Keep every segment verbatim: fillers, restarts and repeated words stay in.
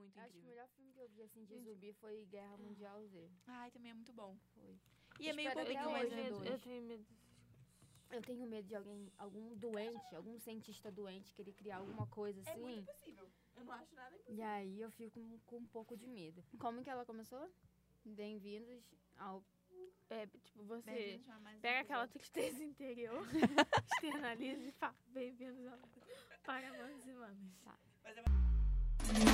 muito Eu acho que o incrível. melhor filme que eu vi, assim, de zumbi foi Guerra Mundial Z. Ai, também é muito bom. Foi. E é meio Espero bobinho, até mas hoje, é dois. Eu tenho medo. Eu tenho medo de alguém, algum doente, algum cientista doente querer criar alguma coisa É assim. muito possível. Eu não acho nada impossível. E aí eu fico com, com um pouco de medo. Como que ela começou? Bem-vindos ao... É, tipo, você Bem-vindos a mais um pega aquela episódio. tristeza interior, externaliza e fala, bem-vindos ao para manos e manas. Tá. Mas é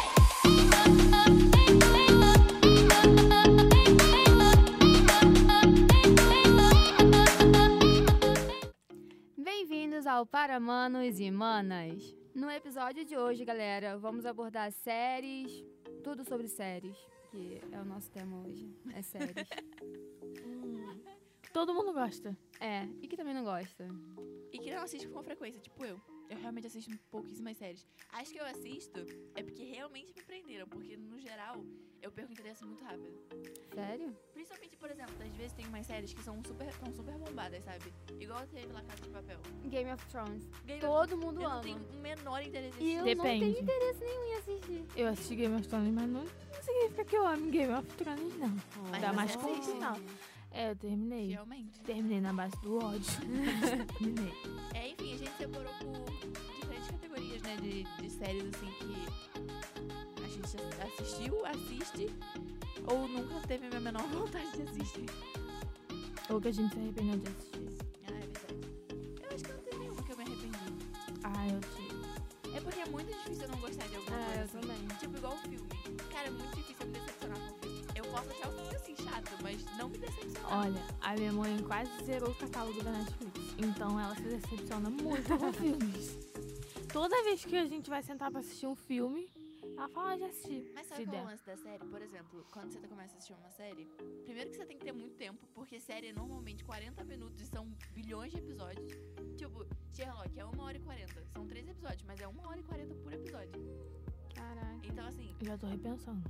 Bem-vindos ao Para Manos e Manas. No episódio de hoje, galera, vamos abordar séries, tudo sobre séries, que é o nosso tema hoje, é séries. Hum. Todo mundo gosta. É, e que também não gosta. E que não assiste com frequência, tipo eu. Eu realmente assisto pouquíssimas séries. As que eu assisto é porque realmente me prenderam, porque no geral eu perco interesse muito rápido. Sério? Principalmente, por exemplo, às vezes tem umas séries que são super, são super bombadas, sabe? Igual teve lá Casa de Papel. Game of Thrones. Game of Todo mundo Eu ama. não tenho o menor interesse E em eu assistir. não Depende. tenho interesse nenhum em assistir. Eu assisti Game of Thrones, mas não, não significa que eu amo Game of Thrones, não. Mas Ainda você mais com o assiste? final. É, eu terminei. Realmente. Terminei na base do ódio. Terminei. É, enfim, a gente separou por diferentes categorias, né, de, de séries, assim, que a gente assistiu, assiste, ou nunca teve a menor vontade de assistir. Ou que a gente se arrependeu de assistir. Ah, é verdade. Eu acho que não teve nenhuma que eu me arrependi. Ah, eu tive. É porque é muito difícil eu não gostar de alguma É, coisa, eu assim. também. Tipo, igual o filme. Cara, é muito difícil eu me decepcionar com o filme. Eu posso achar o filme, assim, chato, mas não me decepcionar. Olha, a minha mãe quase zerou o catálogo da Netflix. Então ela se decepciona muito com filmes. Toda vez que a gente vai sentar pra assistir um filme, ela fala, ah, já assisti. Mas Se sabe qual é o der. lance da série? Por exemplo, quando você começa a assistir uma série, primeiro que você tem que ter muito tempo, porque série é normalmente quarenta minutos e são bilhões de episódios. Tipo, Sherlock é uma hora e quarenta. São três episódios, mas é uma hora e quarenta por episódio. Caraca. Então, assim, Já tô repensando.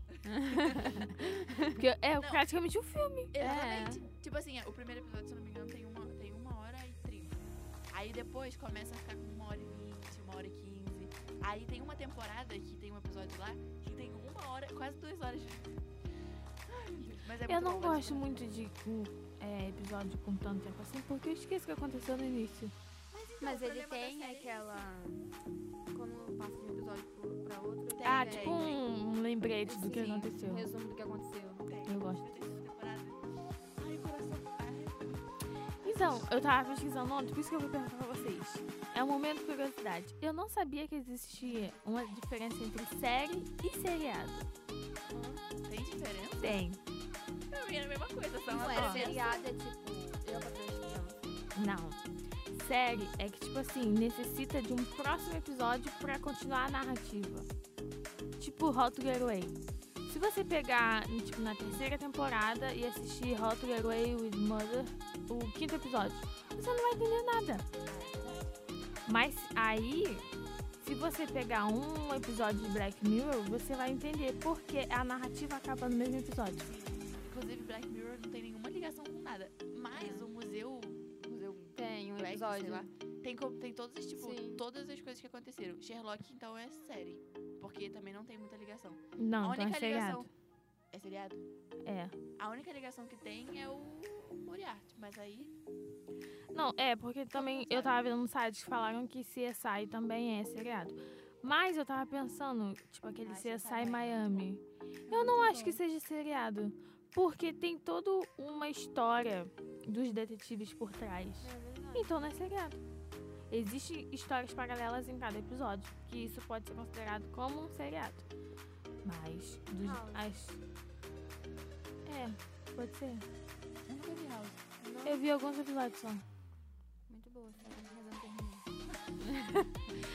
Porque é Não. praticamente um filme. exatamente. Tipo assim, o primeiro episódio, se eu não me engano, tem uma, tem uma hora e trinta. Aí depois começa a ficar com uma hora e vinte, uma hora e quinze. Aí tem uma temporada que tem um episódio lá que tem uma hora, quase duas horas. Ai, meu Deus. Mas é Eu muito não bom, gosto mas- muito de um, é, episódio com tanto tempo assim, porque eu esqueço o que aconteceu no início. então, Mas o ele problema da tem série é aquela... Quando passa de um episódio pro- pra outro... Tem, tem, Ah, tem, tipo tem. um, um lembrete do que Sim, aconteceu. Um resumo do que aconteceu. Tem. Eu gosto. Vai ter essa temporada. Ai, o coração. Ai, Então, eu tava pesquisando ontem, por isso que eu vou perguntar pra vocês. É um momento de curiosidade. Eu não sabia que existia uma diferença entre série e seriado. tem diferença? Tem. Pra mim é a mesma coisa, só uma Não é, diferença. seriado é tipo... Eu pra três crianças. Não. Série é que, tipo assim, necessita de um próximo episódio pra continuar a narrativa. Tipo How to Get Away. Se você pegar, tipo, na terceira temporada e assistir How to Get Away with Mother, o quinto episódio, você não vai entender nada. Mas aí, se você pegar um episódio de Black Mirror, você vai entender porque a narrativa acaba no mesmo episódio. Inclusive, Black Mirror não tem nenhuma ligação com nada. Mas o museu... Museu Tem um Black, episódio. sei lá, tem, co- tem todos os, tipo, Sim. todas as coisas que aconteceram. Sherlock, então, é série. Porque também não tem muita ligação. Não, a então única é seriado. ligação... É seriado? É. A única ligação que tem é o Moriarty. Mas aí... Não, é, porque também eu tava vendo no site que falaram que C S I também é seriado. Mas eu tava pensando, tipo, aquele Ah, C S I C S I Miami. Eu não acho que seja seriado. Porque tem toda uma história dos detetives por trás. É verdade. Então não é seriado. Existem histórias paralelas em cada episódio, que isso pode ser considerado como um seriado. Mas dos, House. as... É, pode ser. Eu nunca vi House. Não, Eu vi alguns episódios só. muito boa, sério, mas eu não terminei.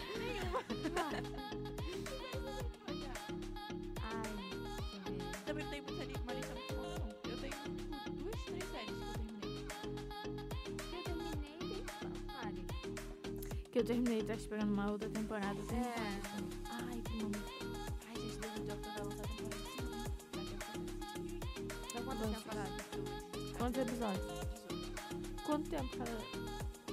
Ai, deixa eu ver. Também não tem muita li- uma lista muito longa, não. Eu tenho tipo, duas, três séries que eu terminei. Eu terminei tem várias. Que eu terminei, tá esperando uma outra temporada. Tem É. várias também. Ai, tem uma muito. Ai, gente, The Good Doctor vai lançar a temporada cinco. Daqui a pouco. São quantas Doze. temporadas? Quantos episódios? dezoito. Quanto tempo cada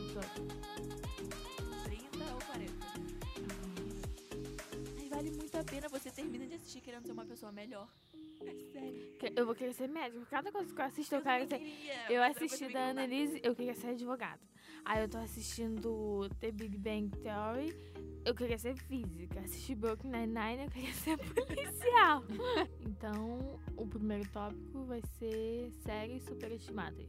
episódio? trinta ou quarenta. Ai, vale muito a pena, você termina de assistir querendo ser uma pessoa melhor. É sério. Que- Eu vou querer ser médico. Cada coisa que eu assisto, eu, Eu quero também ser... queria, Eu mas assisti percebi da que não dá. Annelise, eu queria ser advogado. Aí eu tô assistindo The Big Bang Theory, eu queria ser física. Assisti Brooklyn Nine-Nine, eu queria ser policial. Então, o primeiro tópico vai ser séries superestimadas.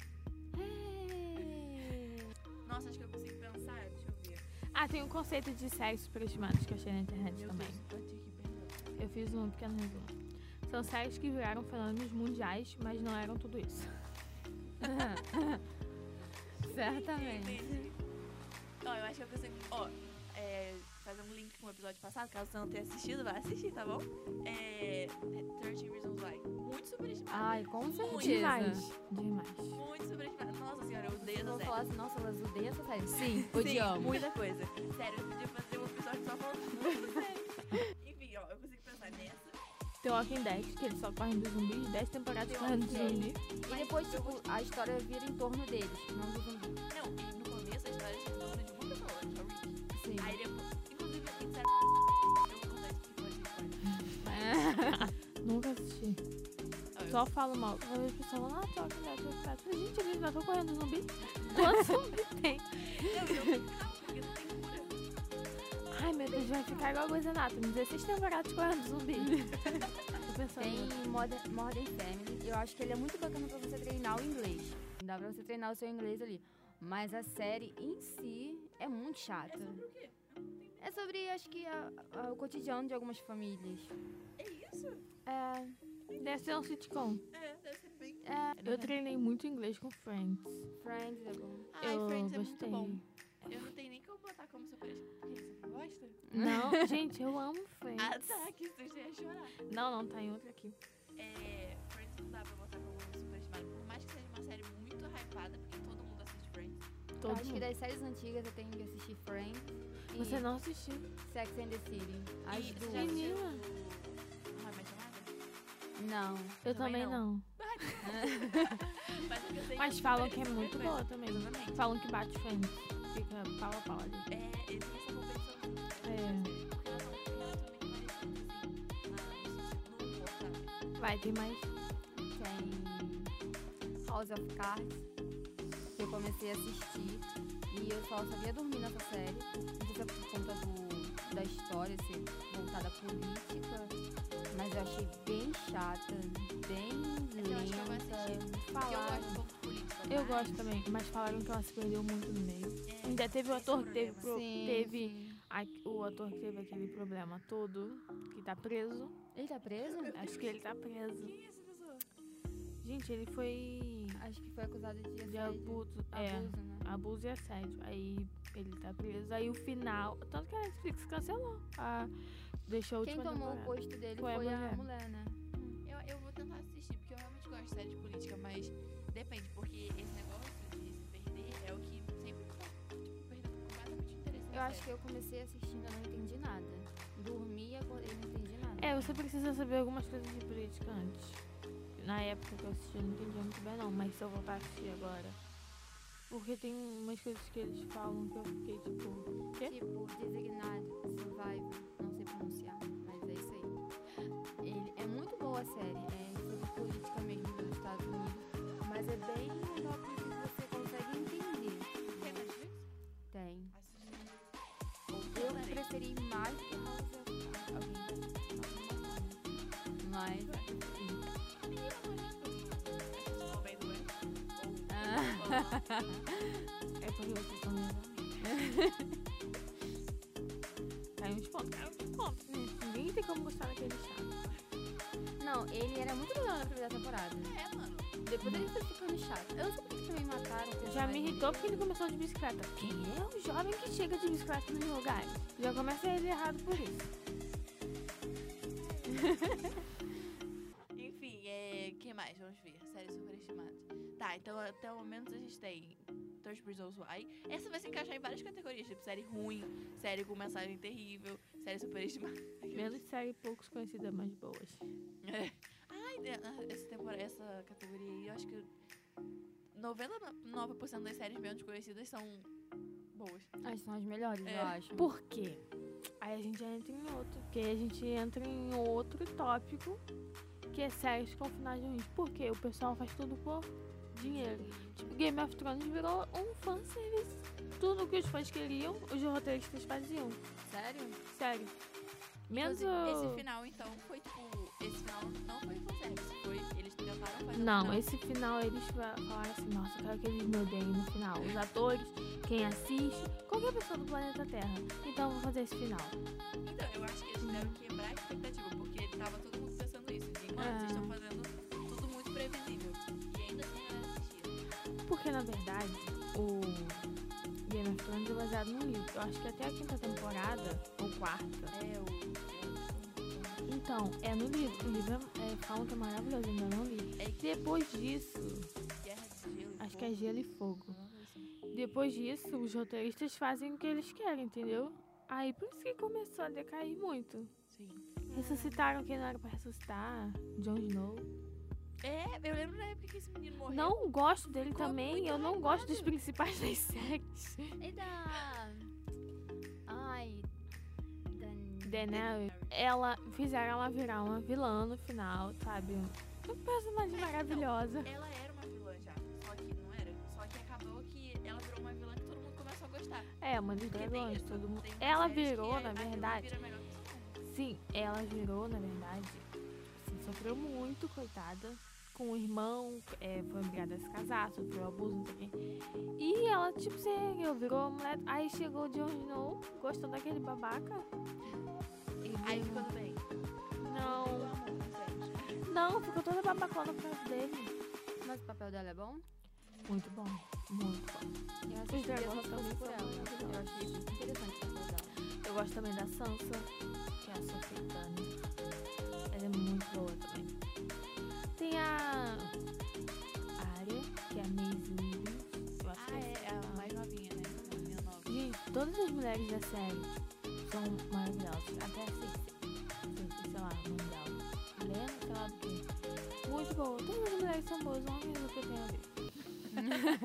Nossa, acho que eu consigo pensar. Deixa eu ver. Ah, tem um conceito de séries superestimadas que eu achei na internet Meu também. Deus, bati aqui, perdão. Eu fiz um pequeno resumo. São séries que viraram fenômenos mundiais, mas não eram tudo isso. Certamente. Ó, eu acho que eu consigo. Ó, é, fazer um link com o episódio passado, caso você não tenha assistido, vai assistir, tá bom? É. thirteen Reasons Why. Muito superestimado. Ai, com certeza. Demais. Demais. Muito superestimado. Nossa senhora, eu odeio Eu essa vou série. falar assim, nossa, elas odeiam essa série. Sim, Sim, odiamos. muita coisa. Sério, eu podia fazer um episódio só falando muito sério. Enfim, ó, eu consigo pensar nessa. Tem o Walking Dead, que eles só correm dos zumbis, dez temporadas The correndo dos Walking zumbis. E depois, tipo, a história vira em torno deles, não do zumbi. Não, e no começo a história é em torno de uma pessoa, que é o Rick. Sim. Aí depois, inclusive, a pizza eu vou contar isso porque pode ser. Nunca assisti. Só falo mal. Eu vejo o pessoal lá, ah, tô Walking Dead, Walking Dead. Falei, gente, eles não estão correndo dos zumbis? Quantos zumbis tem? Não, e não tem final, porque não tem cura. Ai, meu Deus, vai ficar igual a Grey's Anatomy. dezesseis temporadas correndo dos zumbis. Tô pensando. Tem Modern, Modern Family. Eu acho que ele é muito bacana pra você treinar o inglês. Dá pra você treinar o seu inglês ali. Mas a série em si é muito chata. É sobre o quê? É sobre, acho que, a- a- o cotidiano de algumas famílias. É isso? É. Deve ser um sitcom. É, deve ser bem... É. Eu treinei muito inglês com Friends. Friends é bom. Ai, eu Friends é gostei. muito bom. Eu não tenho nem como botar como super... Por que você não gosta? Não, gente, eu amo Friends. Ah, tá, que susto, eu ia chorar. Não, não, tá em outra aqui. É, Friends não dá pra botar como superestimado. Por mais que seja uma série muito hypada, porque todo mundo assiste Friends. Todo acho que mundo. das séries antigas eu tenho que assistir Friends e Você não assistiu? Sex and the City. As E você duas. já assistiu Menina. o How I Met Your Mother? Não. Eu Também também não. não. Mas, é que eu sei Mas que falam super- que é super muito coisa. boa também. Exatamente. Falam que bate Friends. Fica pau a pau ali. É, eles têm essa competição. É. Porque elas são relativamente parecidas, assim, na- no humor, sabe? Vai, tem mais. Tem House of Cards, que eu comecei a assistir e eu só sabia dormir nessa série. Não sei se é por conta do, da história, ser voltada à política, mas eu achei bem chata, bem Essa eu acho que eu vou lenta. assistir. Porque eu Falaram. gosto um pouco de política. Eu mas- gosto também, mas falaram que ela se perdeu muito no meio. É, Ainda teve o esse ator que teve, problema. pro- Sim, teve sim. a- o ator que teve aquele problema todo, que tá preso. Ele tá preso? Acho que ele tá preso. Quem é essa pessoa? Gente, ele foi Acho que foi acusado de de assédio. abuso, é, Abuso, né? abuso e assédio. Aí ele tá preso. Aí o final, tanto que a Netflix cancelou. A, deixou a Quem última tomou o temporada. posto dele Foi foi, a a mulher. mulher, né? Eu, eu vou tentar assistir, porque eu realmente gosto de série de política, mas depende, porque esse negócio de se perder é o que sempre tá, tipo, perdendo completamente o interesse na Eu acho série. que eu comecei assistindo, eu não entendi nada. Dormi e acordei e não entendi nada. É, você precisa saber algumas coisas de política antes. Na época que eu assisti, eu não entendia muito bem não, mas se eu voltar a assistir agora. Porque tem umas coisas que eles falam que eu fiquei tipo. Quê? Tipo, Designado, Survivor, não sei pronunciar, mas é isso aí. Ele, é muito boa a série, é sobre política mesmo dos Estados Unidos, mas é bem legal porque você consegue entender. Tem Netflix? Tem. Assisti. Eu preferi mais que House of Cards. Alguém vai né? Mas, enfim. É porque vocês estão me Caiu uns pontos, caiu uns pontos. Ninguém tem como gostar daquele chato. Não, ele era muito legal na primeira temporada. É, mano. Depois ele foi ficando chato. Eu não sei porque também mataram. o Já personagem me irritou dele. porque ele começou de bicicleta. Quem é o jovem que chega de bicicleta nos lugares? Já começa ele errado por isso. Enfim, é... que mais? Vamos ver. Séries superestimadas. Tá, então até o momento a gente tem thirteen Reasons Why. Essa vai se encaixar em várias categorias, tipo série ruim, série com mensagem terrível, série superestimada. Menos série poucos conhecida, mas boas. É. Ai, é, essa temporada, essa categoria aí, eu acho que noventa e nove por cento das séries menos conhecidas são boas. As são as melhores, É. eu acho. Por quê? Aí a gente já entra em outro, porque a gente entra em outro tópico, que é séries com finais ruins. Por quê? O pessoal faz tudo por dinheiro. Tipo, Game of Thrones virou um fanservice. Tudo que os fãs queriam, os roteiristas faziam. Sério? Sério. Menos Inclusive, o... esse final, então, foi tipo... Esse final não foi fanservice. Foi... Eles tentaram fazer Não, um final. esse final eles fa- falaram assim, nossa, eu quero que eles me odeiem no final. Os atores, quem assiste, qualquer pessoa do planeta Terra. Então eu vou fazer esse final. Então, eu acho que eles quiseram quebrar a expectativa, porque tava todo mundo pensando isso. De, mano, É. vocês estão fazendo tudo muito previsível. E ainda assim a galera assistia. Porque, na verdade, o Game of Thrones é baseado num livro. Eu acho que até a quinta temporada, ou quarta. É, o... Então, é no livro. O livro é, é, falam que é maravilhoso, ainda não li. É Depois disso, Guerra de Gelo e acho Fogo. que é Gelo e Fogo. Alguma coisa assim. Depois disso, os roteiristas fazem o que eles querem, entendeu? Aí por isso que começou a decair muito. Sim. Ressuscitaram quem não era pra ressuscitar, Jon Snow. É, eu lembro na época que esse menino morreu. Não gosto dele Ficou também, muito eu não hypado. gosto dos principais das séries. E da... Ai... Dan... Daenerys, ela, fizeram ela virar uma vilã no final, sabe? Uma personagem É, maravilhosa. Ela era uma vilã já, só que não era. Só que acabou que ela virou uma vilã que todo mundo começou a gostar. É, uma dos Porque tem dragões, isso, todo mundo. tem Ela séries que virou, a- na a vilã verdade. vira melhor que todo mundo. Sim, ela virou, na verdade. Assim, sofreu muito, coitada. Com o irmão, é, foi obrigada a se casar, sofreu abuso, não sei o quê. E ela, tipo, seguiu, virou mulher. Aí chegou o Jon Snow, gostou daquele babaca. E Aí viu- ficou tudo bem. Não, Eu amo, sério. não, ficou toda babacona por causa dele. Mas o papel dela é bom? Muito bom, muito bom. Eu Os assistiria dragões só se também fosse por são ela. maravilhosos. Eu achei muito interessante o papel dela. Eu gosto também da Sansa, que é a Sophie Turner. Ela é muito boa também. Tem a Arya, que é a Maisie Williams. Eu acho Ah, que é, é a mais novinha, né? A menina nova. Gente, todas as mulheres da série são maravilhosas. Até a Cersei. Cersei, sei lá, o nome dela. Lena, sei lá do que. Muito boa. Todas as mulheres são boas, não é o que eu tenho a ver.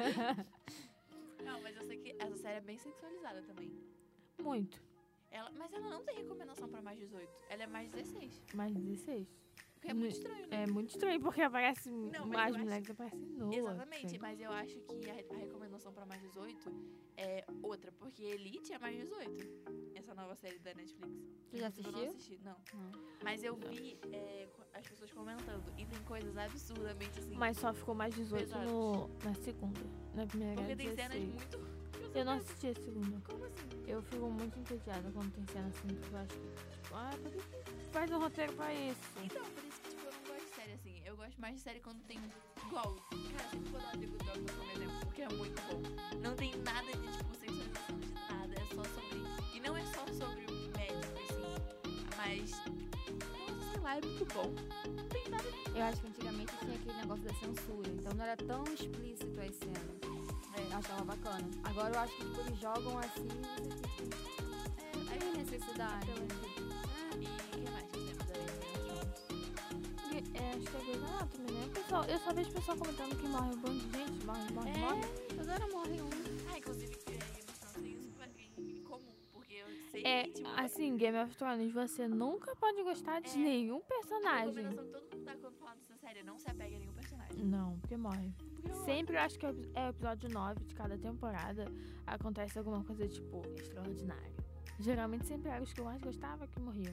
Não, mas eu sei que essa série é bem sexualizada também. Muito. Ela, mas ela não tem recomendação pra mais dezoito. Ela é mais dezesseis. Mais dezesseis. O que é muito estranho, né? É muito estranho, porque aparece Não, mas mais eu mulheres aparecem nuas. Exatamente, assim. mas eu acho que a, a recomendação pra mais dezoito é outra, porque Elite é mais dezoito. Essa nova série da Netflix. Você já Inclusive, Eu assistiu? não assisti, não. Mas eu vi é, co- as pessoas comentando, e tem coisas absurdamente assim. Mas só ficou mais dezoito Pesadas. no, na segunda. Na primeira porque era tem cenas dezesseis. muito. Eu não assisti a segunda. Como assim? Eu fico muito entediada quando tem cena assim, porque eu acho que, tipo, ah, por que que faz um roteiro pra isso? Então, por isso que tipo, eu não gosto de série assim. Eu gosto mais de série quando tem igual. Cara, eu sempre vou dar o The Good Doctor como exemplo, porque é muito bom. Não tem nada de tipo sexualização de nada, é só sobre. E não é só sobre o médico, assim. Mas. Nossa, sei lá, é muito bom. Não tem nada de. Eu acho que antigamente tinha aquele negócio da censura, então não era tão explícito as cenas. É, Eu achava bacana. Agora eu acho que tipo, eles jogam assim e você fica. é, Não aí tem necessidade. Pela- E o que mais que temos além de Game of Thrones? É, acho que é Grey's Anatomy, né? Pessoal, eu só vejo pessoal comentando que morre um bando de gente, morre, morre, É. morre. Toda hora morre um. Ah, inclusive, é, Game of Thrones tem isso em comum, porque eu sei É, que, tipo, assim, Game of Thrones, você nunca pode gostar de É. nenhum a personagem. recomendação que todo mundo dá quando fala dessa série é não se apegue a nenhum personagem. Não, porque morre. Porque eu Sempre eu acho que é o é o episódio nove de cada temporada acontece alguma coisa, tipo, extraordinária. Geralmente sempre eram os que eu mais gostava que morriam.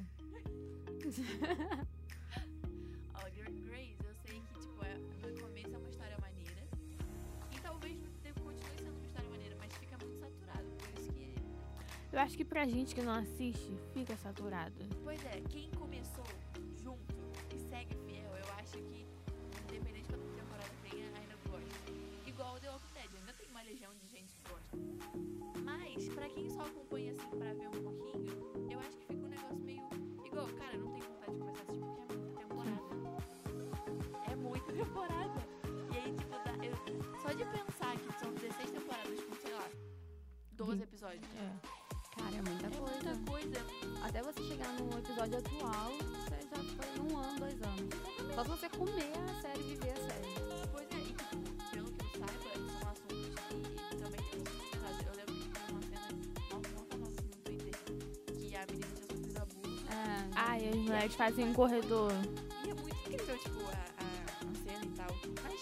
Ó, Gra- Grace, eu sei que, tipo, é, no começo é uma história maneira. E talvez no tempo continue sendo uma história maneira, mas fica muito saturado. Por isso que. Eu acho que pra gente que não assiste, fica saturado. Pois é, quem começou junto e segue fiel, eu acho que, independente de quanta temporada tenha, ainda gosta. Igual o The Walking Dead, ainda tem uma legião de gente que gosta. Mas, pra quem só acompanha assim pra ver um pouquinho, eu acho que fica um negócio meio. Igual, cara, eu não tenho vontade de começar a assistir porque é muita temporada. É muita temporada. E aí, tipo, dá, eu, só de pensar que são dezesseis temporadas com, sei lá, doze Sim. episódios. É. Cara, é muita É coisa. muita coisa. Até você chegar no episódio atual, você já foi um ano, dois anos. Só se você comer a série, viver a série. Pois é, e tipo, pelo que eu saiba, são assuntos que também tem assuntos pesados. Eu lembro que tem uma cena mal, mal famosa assim no Twitter, que a menina de Aí as mulheres fazem um corredor. E é muito incrível, tipo, a, a, a cena e tal. Mas,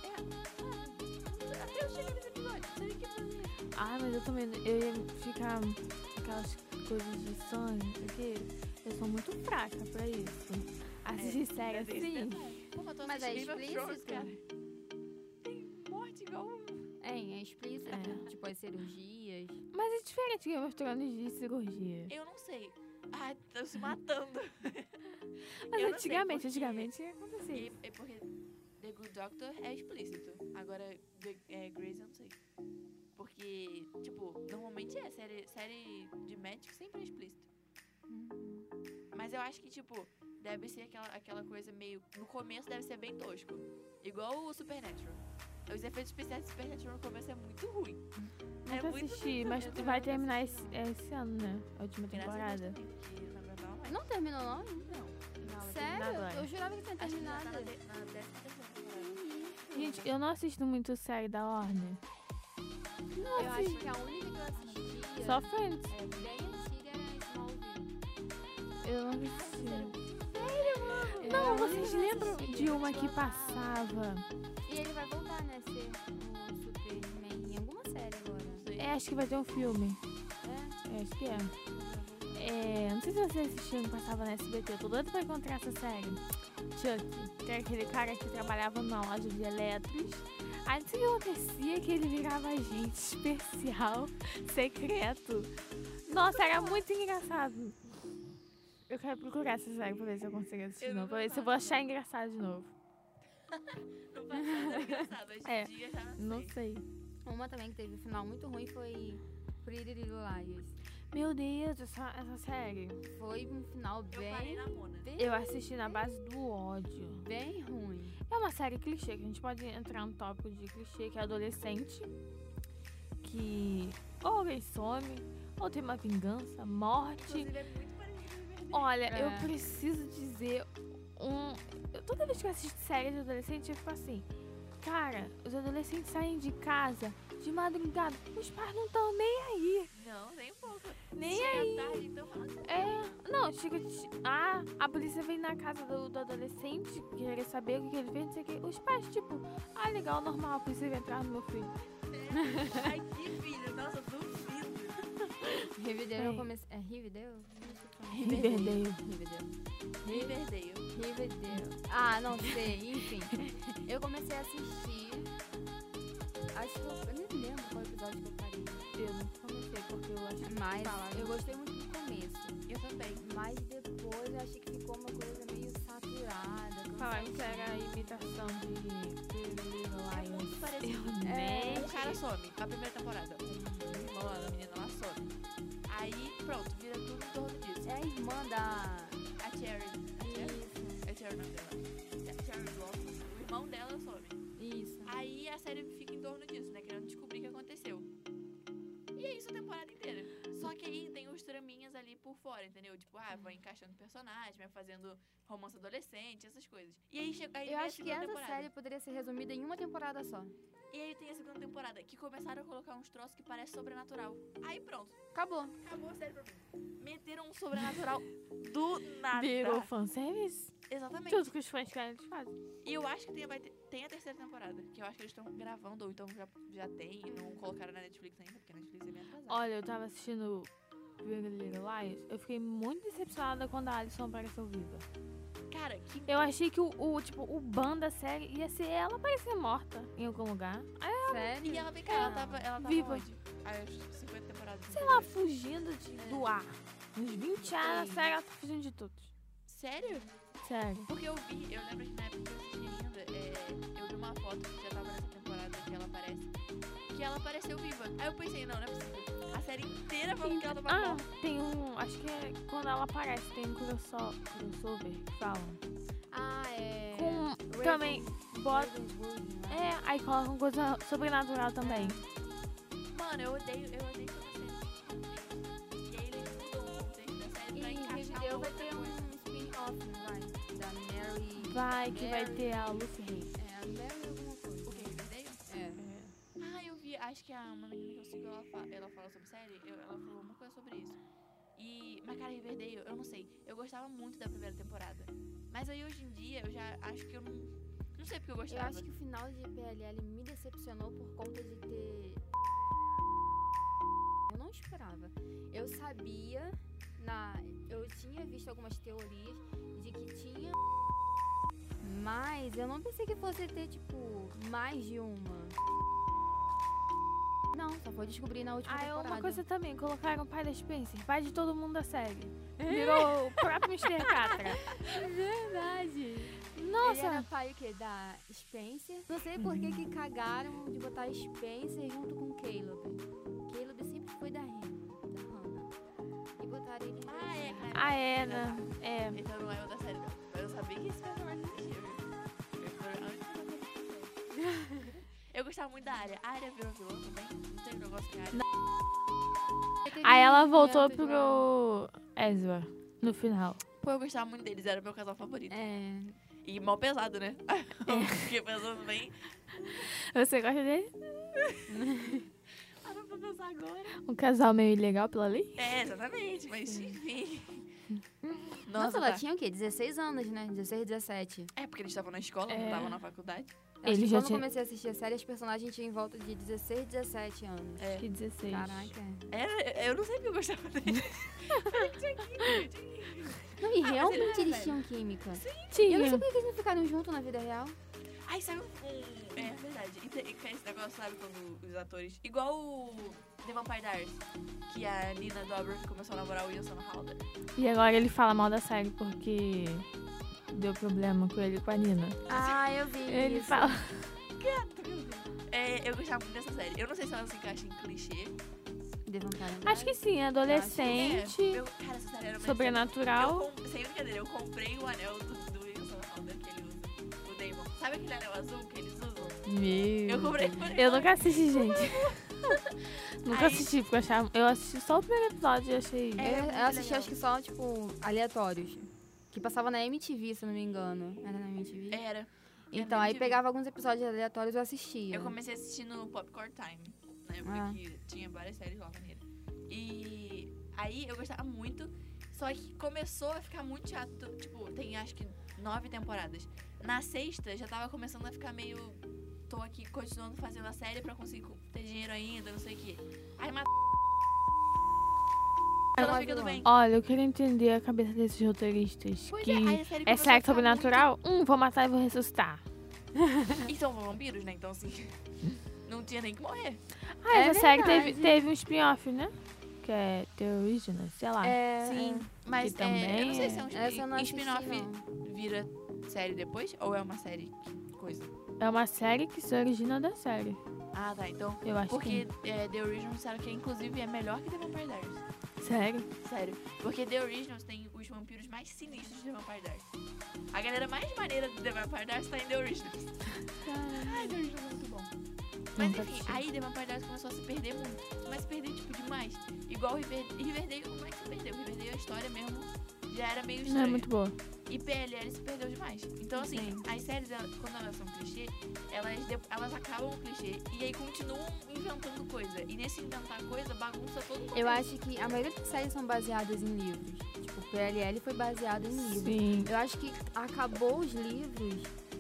é, ah, até eu chegar nesse episódio, não sei o que fazer. Ah, mas eu também, eu ia ficar aquelas coisas de sangue, porque eu sou muito fraca pra isso. Assistir série é desse assim. detalhe. Pô, mas tô Mas é assistindo Game of Thrones, explícito? cara. Tem morte igual... É, é explícito. É. Tipo, as cirurgias. Mas é diferente Game of Thrones de cirurgia. Eu não sei. Ai, tô se matando. Mas eu não sei antigamente, porque- antigamente acontecia. E, é porque The Good Doctor é explícito. Agora, The, é, Grey's eu não sei. Porque, tipo, normalmente é. Série, série de médico sempre é explícito. Mas eu acho que, tipo, deve ser aquela, aquela coisa meio... No começo deve ser bem tosco. Igual o Supernatural. Os efeitos especiais do Supernatural no começo é muito ruim. É Nunca muito assisti, ruim mas também, vai eu nunca terminar assisti. esse, esse ano, né? A última Graças a Deus temporada. também, porque não aguentava mais. Não terminou, não? Não. Não, vai terminar Sério? agora. Eu jurava que tinha Acho que já terminado. tá na, de, na décima terceira temporada. Gente, eu não assisto muito série da Warner. Eu acho que a única que eu assistia Só Friends. é bem antiga era Smallville. Eu não assisti. Eu Não, não vocês lembram assistia, de uma eu que amava. passava? E ele vai voltar, né? Ser o Superman em alguma série agora. Não sei. É, acho que vai ter um filme. É? É, acho que é. É, não sei se você assistiu, que passava na S B T. Eu tô doida pra encontrar essa série. Chuck, que era aquele cara que trabalhava numa loja de eletros. Aí não sei o que acontecia, que ele virava agente especial, secreto. Nossa, era muito engraçado. Eu quero procurar essa série pra ver se eu consigo assistir Eu de novo. Pra nunca ver se eu vou faço. achar engraçado de novo. No passado era engraçado, hoje É, em dia já não, Não sei. sei. Uma também que teve um final muito ruim foi Pretty Little Liars. Meu Deus, essa, essa série. Foi um final Eu parei bem, na Mona. bem, Eu assisti na base do ódio. bem ruim. É uma série clichê, que a gente pode entrar no tópico de clichê, que é adolescente, que ou alguém some, ou tem uma vingança, morte. Inclusive, é muito parecido. Olha, eu É. preciso dizer um... eu- Toda vez que eu assisto série de adolescente, eu fico assim... Cara, os adolescentes saem de casa de madrugada, os pais não estão nem aí. Não, nem um pouco. Nem Chega aí. tarde, então fala assim. É, não, chega de... Ah, a polícia vem na casa do, do adolescente, querer saber o que ele fez, não sei o que. Os pais, tipo, ah, legal, normal, a polícia vai entrar no meu filho. Ai, que filho, nossa, duvido. Riverdale eu É. comecei... É Riverdale? Riverdale. Riverdale. Riverdale. Riverdale. Ah, não sei, enfim. Eu comecei a assistir. Acho que eu, eu nem lembro qual episódio que eu parei. Eu não comecei, porque eu acho que Mas falaram. eu gostei muito do começo. Eu também. Mas depois eu achei que ficou uma coisa meio saturada. Falaram que cansativa. era a imitação de Pretty Little É Liars. muito parecido. Eu É. nem... Um cara some, a primeira temporada. O irmão lá da menina lá some. Aí, pronto, vira tudo em torno disso. É a irmã da... A Cherry. A Cherry? Isso, É Cherry o nome dela. É Cherry Blossom. O irmão dela some. isso. Aí a série fica em torno disso, né? Querendo descobrir o que aconteceu. E é isso a temporada inteira. Só que aí tem os traminhas ali por fora, entendeu? Tipo, ah, vai encaixando personagem, vai fazendo romance adolescente, essas coisas. E aí chega. Aí Eu vem a acho que segunda essa temporada. série poderia ser resumida em uma temporada só. E aí tem a segunda temporada, que começaram a colocar uns troços que parecem sobrenatural. Aí pronto, Acabou. acabou a série pra mim. Meteram um sobrenatural do nada. Virou fanservice? Exatamente. Tudo que os fãs querem, eles fazem. E eu acho que tem, vai ter, tem a terceira temporada, que eu acho que eles estão gravando, ou então já, já tem, e não colocaram na Netflix ainda, porque a Netflix é bem atrasada. Olha, eu tava assistindo Pretty Little Liars, eu fiquei muito decepcionada quando a Alison apareceu viva. Cara, que Eu achei que o, o, tipo, o ban da série ia ser ela aparecer morta em algum lugar. Aí Sério? E ela, vem cá, ela tava, ela tava Viva. onde? Aí, as cinquenta temporadas. sei lá, fugindo de, do ar. Uns vinte anos, Sim. a série ela tá fugindo de todos. Sério? Sério. Porque eu vi, eu lembro que na época que eu assisti ainda, é, eu vi uma foto que já tava nessa temporada que ela aparece, que ela apareceu viva. Aí eu pensei, não, não é possível. A série inteira falando que ela tava Ah, morta. tem um. Acho que é quando ela aparece, tem um crossover, crossover que falam. Ah, é... Com. Raven- Também. Bota. Ravenswood, né? É, aí colocam coisa sobrenatural também. Mano, eu odeio, eu odeio toda série. E aí eles mudam o contexto da série pra E encaixar Riverdale uma vai outra ter coisa. um spin-off, não vai? Da Mary... Vai, que vai Mary- ter a Lucy Hay. É, a Mary alguma coisa. O que, Riverdale? É. Ah, eu vi, acho que a, uma menina que eu sigo, ela fala, ela fala sobre série, eu- ela falou uma coisa sobre isso. E, mas, cara, Riverdale, eu não sei. Eu gostava muito da primeira temporada. Mas aí, hoje em dia, eu já acho que eu não... Não sei porque eu Eu gostava. acho que o final de P L L me decepcionou por conta de ter... Eu não esperava. Eu sabia, na... eu tinha visto algumas teorias de que tinha... Mas eu não pensei que fosse ter, tipo, mais de uma. Não, só foi descobrir na última Ah, é temporada. uma coisa também, colocaram o pai da Spencer, pai de todo mundo da série. Virou o próprio mister Catra. É verdade. Nossa! Ele era pai o quê? Da Spencer. Não sei por que que cagaram de botar Spencer junto com Caleb. Caleb sempre foi da Hannah. Da Hannah. E botaram ele... Ah, é, cara. Ah, é, né? É. Então não é o da série, não. Mas eu sabia que esse personagem existia, viu? Eu fui a única coisa que eu sabia. Eu gostava muito da Arya. A Arya virou vilã também? Não tem um negócio que a Arya... Aí ela voltou pro Ezra no final. Pô, eu gostava muito deles. Era meu casal favorito. É... E mal pesado, né? Fiquei pensando bem... Você gosta dele? Para pra pensar agora. Um casal meio ilegal pela lei? É, exatamente. Mas, enfim... Nossa, ela tá. tinha o quê? dezesseis anos, né? dezesseis, dezessete. É, porque eles estavam na escola, É. não estavam na faculdade. Acho Ele que já quando tinha- eu comecei a assistir a série, as personagens tinham em volta de dezesseis, dezessete anos. É. Que dezesseis. Caraca. Era, eu não sei porque eu gostava dele. Tinha química, tinha química. Não, e mas realmente ele era eles velho. tinham química. E eu não Tinha. sei por que eles não ficaram juntos na vida real. Ai, sabe um... É verdade. E tem, e tem esse negócio, sabe, quando os atores... Igual o The Vampire Diaries, que a Nina Dobrev começou a namorar o Wilson Halder. E agora ele fala mal da série porque deu problema com ele e com a Nina. Ah, eu vi Ele isso. fala... É, eu gostava muito dessa série. Eu não sei se ela se encaixa em clichê. The Vampire Acho que sim, adolescente, É, eu, cara, essa série era uma sobrenatural. Eu, com- sem brincadeira, eu comprei o anel do, do Wilson Halder que ele usa, o Damon. Sabe aquele anel azul que eles usam? Meu Eu comprei Deus. por Eu nunca assisti, gente. Nunca Aí- assisti, porque eu achava... Eu assisti só o primeiro episódio e achei... É, Eu, muito eu assisti legal. acho que só, tipo, aleatórios. Que passava na M T V, se eu não me engano. Era na M T V? Era. Então, na aí M T V. pegava alguns episódios aleatórios e eu assistia. Eu comecei a assistir no Popcorn Time, na época Ah. que tinha várias séries lá maneiras. E aí eu gostava muito, só que começou a ficar muito chato. Tipo, tem acho que nove temporadas. Na sexta já tava começando a ficar meio... Tô aqui continuando fazendo a série pra conseguir co- ter dinheiro ainda, não sei o quê. Aí mata... Ela Ela fica do vilã. bem. Olha, eu queria entender a cabeça desses roteiristas. Pois que é, aí a série é começou a sexo ficar sobrenatural? Hum, vou matar e vou ressuscitar. muito- E são vampiros, né? Então assim... Não tinha nem que morrer. Ah, É essa série verdade. teve, teve um spin-off, né? Que é The Original, sei lá. É, Sim, mas Que é, também eu não sei se é um é. Essa eu não spin- assisti, spin-off não. vira série depois ou é uma série que coisa? É uma série que se origina da série. Ah, tá. Então, Eu acho porque é, The Originals disseram que inclusive é melhor que The Vampire Diaries. que... Sério? Sério. Porque The Originals tem os vampiros mais sinistros de The Vampire Diaries. A galera mais maneira de The Vampire Diaries tá em The Originals. Ai, The Originals é muito bom. Mas Nunca enfim, assisti. aí The Vampire Diaries começou a se perder muito. Mas se perder, tipo, demais. Igual River... Riverdale, como é que se perdeu? Riverdale, a história mesmo já era meio Não estranha. é muito boa. E P L L se perdeu demais. Então, assim, Sim. as séries, elas- quando elas são clichê, elas, de- elas acabam o clichê e aí continuam inventando coisa. E nesse inventar coisa, bagunça todo mundo. Eu acho que a maioria das séries são baseadas em livros. Tipo, P L L foi baseado em livros. Sim. Eu acho que acabou os livros.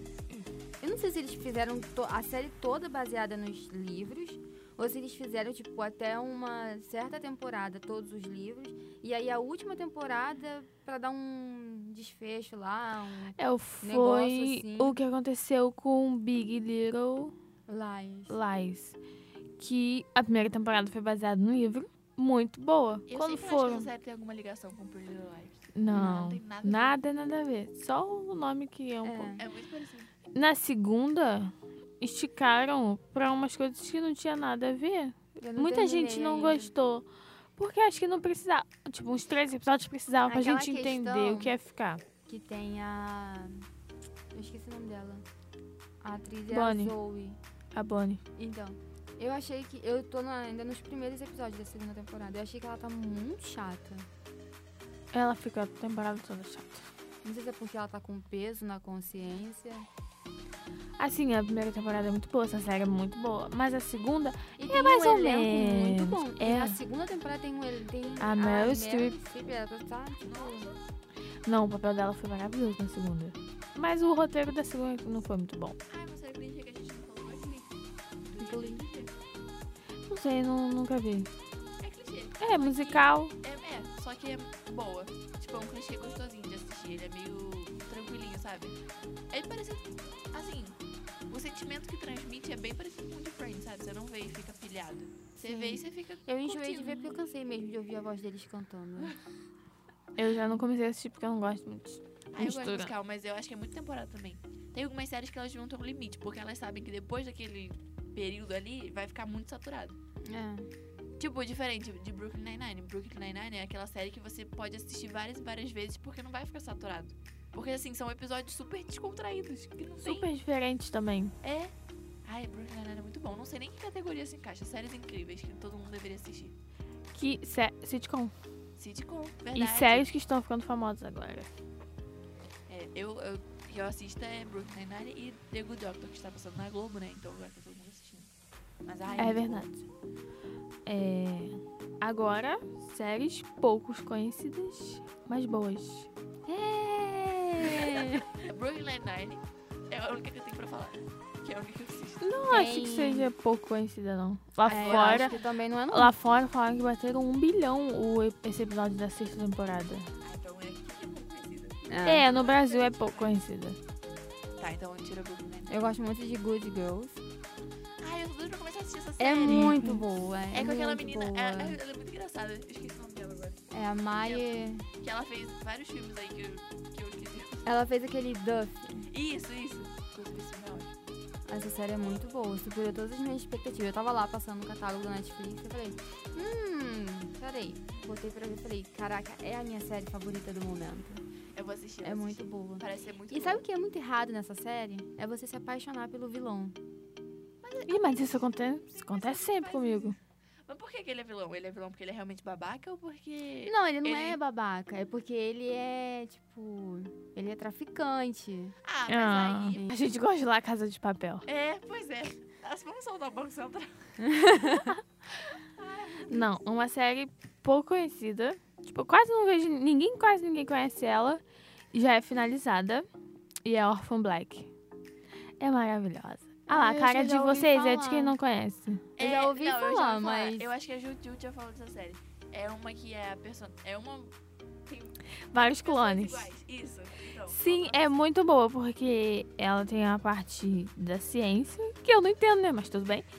Eu não sei se eles fizeram to- a série toda baseada nos livros. Ou se eles fizeram, tipo, até uma certa temporada, todos os livros. E aí a última temporada, pra dar um desfecho lá, um É, Negócio foi assim. o que aconteceu com Big Little lies. Lies. Que a primeira temporada foi baseada no livro. Muito boa. Eu Quando sempre acho que foram... essa série tem alguma ligação com Pretty Little Liars. Não, Não tem nada a ver. nada, nada a ver. Só o nome que é um É. pouco... É muito parecido. Na segunda, esticaram pra umas coisas que não tinha nada a ver. Eu não Muita terminei gente não ainda. gostou. Porque acho que não precisava. Tipo, uns três episódios precisavam pra Aquela gente entender questão- o que ia ficar. Que tem a... Eu esqueci o nome dela. A atriz é Bonnie. a Zoe. A Bonnie. Então, eu achei que... Eu tô na- ainda nos primeiros episódios da segunda temporada. Eu achei que ela tá muito chata. Ela fica a temporada toda chata. Não sei se é porque ela tá com peso na consciência. Assim, a primeira temporada é muito boa, essa série é muito boa. Mas a segunda E é tem mais um ou elenco menos. muito bom. E É. na segunda temporada tem um ele- tem A Meryl Streep. ela tá, tipo, Não, o papel dela foi maravilhoso na segunda. Mas o roteiro da segunda não foi muito bom. Ai, uma série clichê que a gente não falou é Glee. Glee. Glee é clichê. Não sei, não, nunca vi. É clichê. É, musical. É, é, só que é boa. Tipo, é um clichê gostosinho de assistir. Ele é meio tranquilinho, sabe? Ele parece, assim, o sentimento que transmite é bem parecido com o de Friends, sabe? Você não vê e fica pilhado. Você Sim. vê e você fica Eu enjoei de curtindo. ver porque eu cansei mesmo de ouvir a voz deles cantando. Eu já não comecei a assistir porque eu não gosto muito. de Ah, eu gosto de mistura. musical, mas eu acho que é muito temporada também. Tem algumas séries que elas não têm um limite, porque elas sabem que depois daquele período ali, vai ficar muito saturado. É. Tipo, diferente de Brooklyn Nine-Nine. Brooklyn Nine-Nine é aquela série que você pode assistir várias e várias vezes porque não vai ficar saturado. Porque, assim, são episódios super descontraídos, que não tem... Super diferente também. É. Ai, Brooklyn Nine-Nine é muito bom. Não sei nem que categoria se encaixa. Séries incríveis que todo mundo deveria assistir. Que sé- sitcom. Sitcom, verdade. E séries que estão ficando famosas agora. É, eu, eu, que eu assisto é Brooklyn Nine-Nine e The Good Doctor, que está passando na Globo, né? Então agora tá todo mundo assistindo. Mas, ai, É muito verdade. É... Agora, séries poucos conhecidas, mas boas. É. bom. Brooklyn Nine-Nine é a única que eu tenho pra falar. Que é a única que eu assisto. Não acho que Tem- seja pouco conhecida, não. Lá É, eu fora, acho que também não é não. lá fora falaram que bateram um bilhão o, esse episódio da sexta temporada. Ah, então é que é muito conhecida. É, no Brasil é pouco conhecida. Tá, então tira Brooklyn Nine-Nine. Eu gosto muito de Good Girls. Ai, eu tô doida pra começar a assistir essa série. É muito boa. É, É com aquela muito menina. boa. É, é- ela é muito engraçada. Eu esqueci o nome dela agora. É a Maya. Que ela fez vários filmes aí que eu, que eu esqueci. Ela fez aquele Duff. Isso, isso. Inclusive, esse filme é ótimo. Essa série é muito boa, superou todas as minhas expectativas. Eu tava lá passando no catálogo da Netflix e falei, hum, peraí. Botei pra ver e falei, caraca, é a minha série favorita do momento. Eu vou assistir. eu É vou muito assistir. boa. Parece ser muito E boa. sabe o que é muito errado nessa série? É você se apaixonar pelo vilão. Ih, mas isso acontece, isso acontece sempre comigo. Mas por que, que ele é vilão? Ele é vilão porque ele é realmente babaca ou porque... Não, ele não Ele- é babaca, é porque ele é, tipo, ele é traficante. Ah, mas Ah, aí... a gente gosta de lá Casa de Papel. É, pois é. Ah, vamos soltar o Banco Central. Não, uma série pouco conhecida. Tipo, eu quase não vejo ninguém, quase ninguém conhece ela. Já é finalizada. E é Orphan Black. É maravilhosa. Ah lá, Ah, a eu cara acho que de eu já ouvi vocês é de falar. quem não conhece. Eu já ouvi não, eu já ouvi falar, mas- Eu acho que a Juju já falou dessa série. É uma que é a person... É uma... Tem Vários pessoas clones. iguais. Isso. Então, Sim, vamos é muito boa, porque ela tem a parte da ciência, que eu não entendo, né? Mas tudo bem.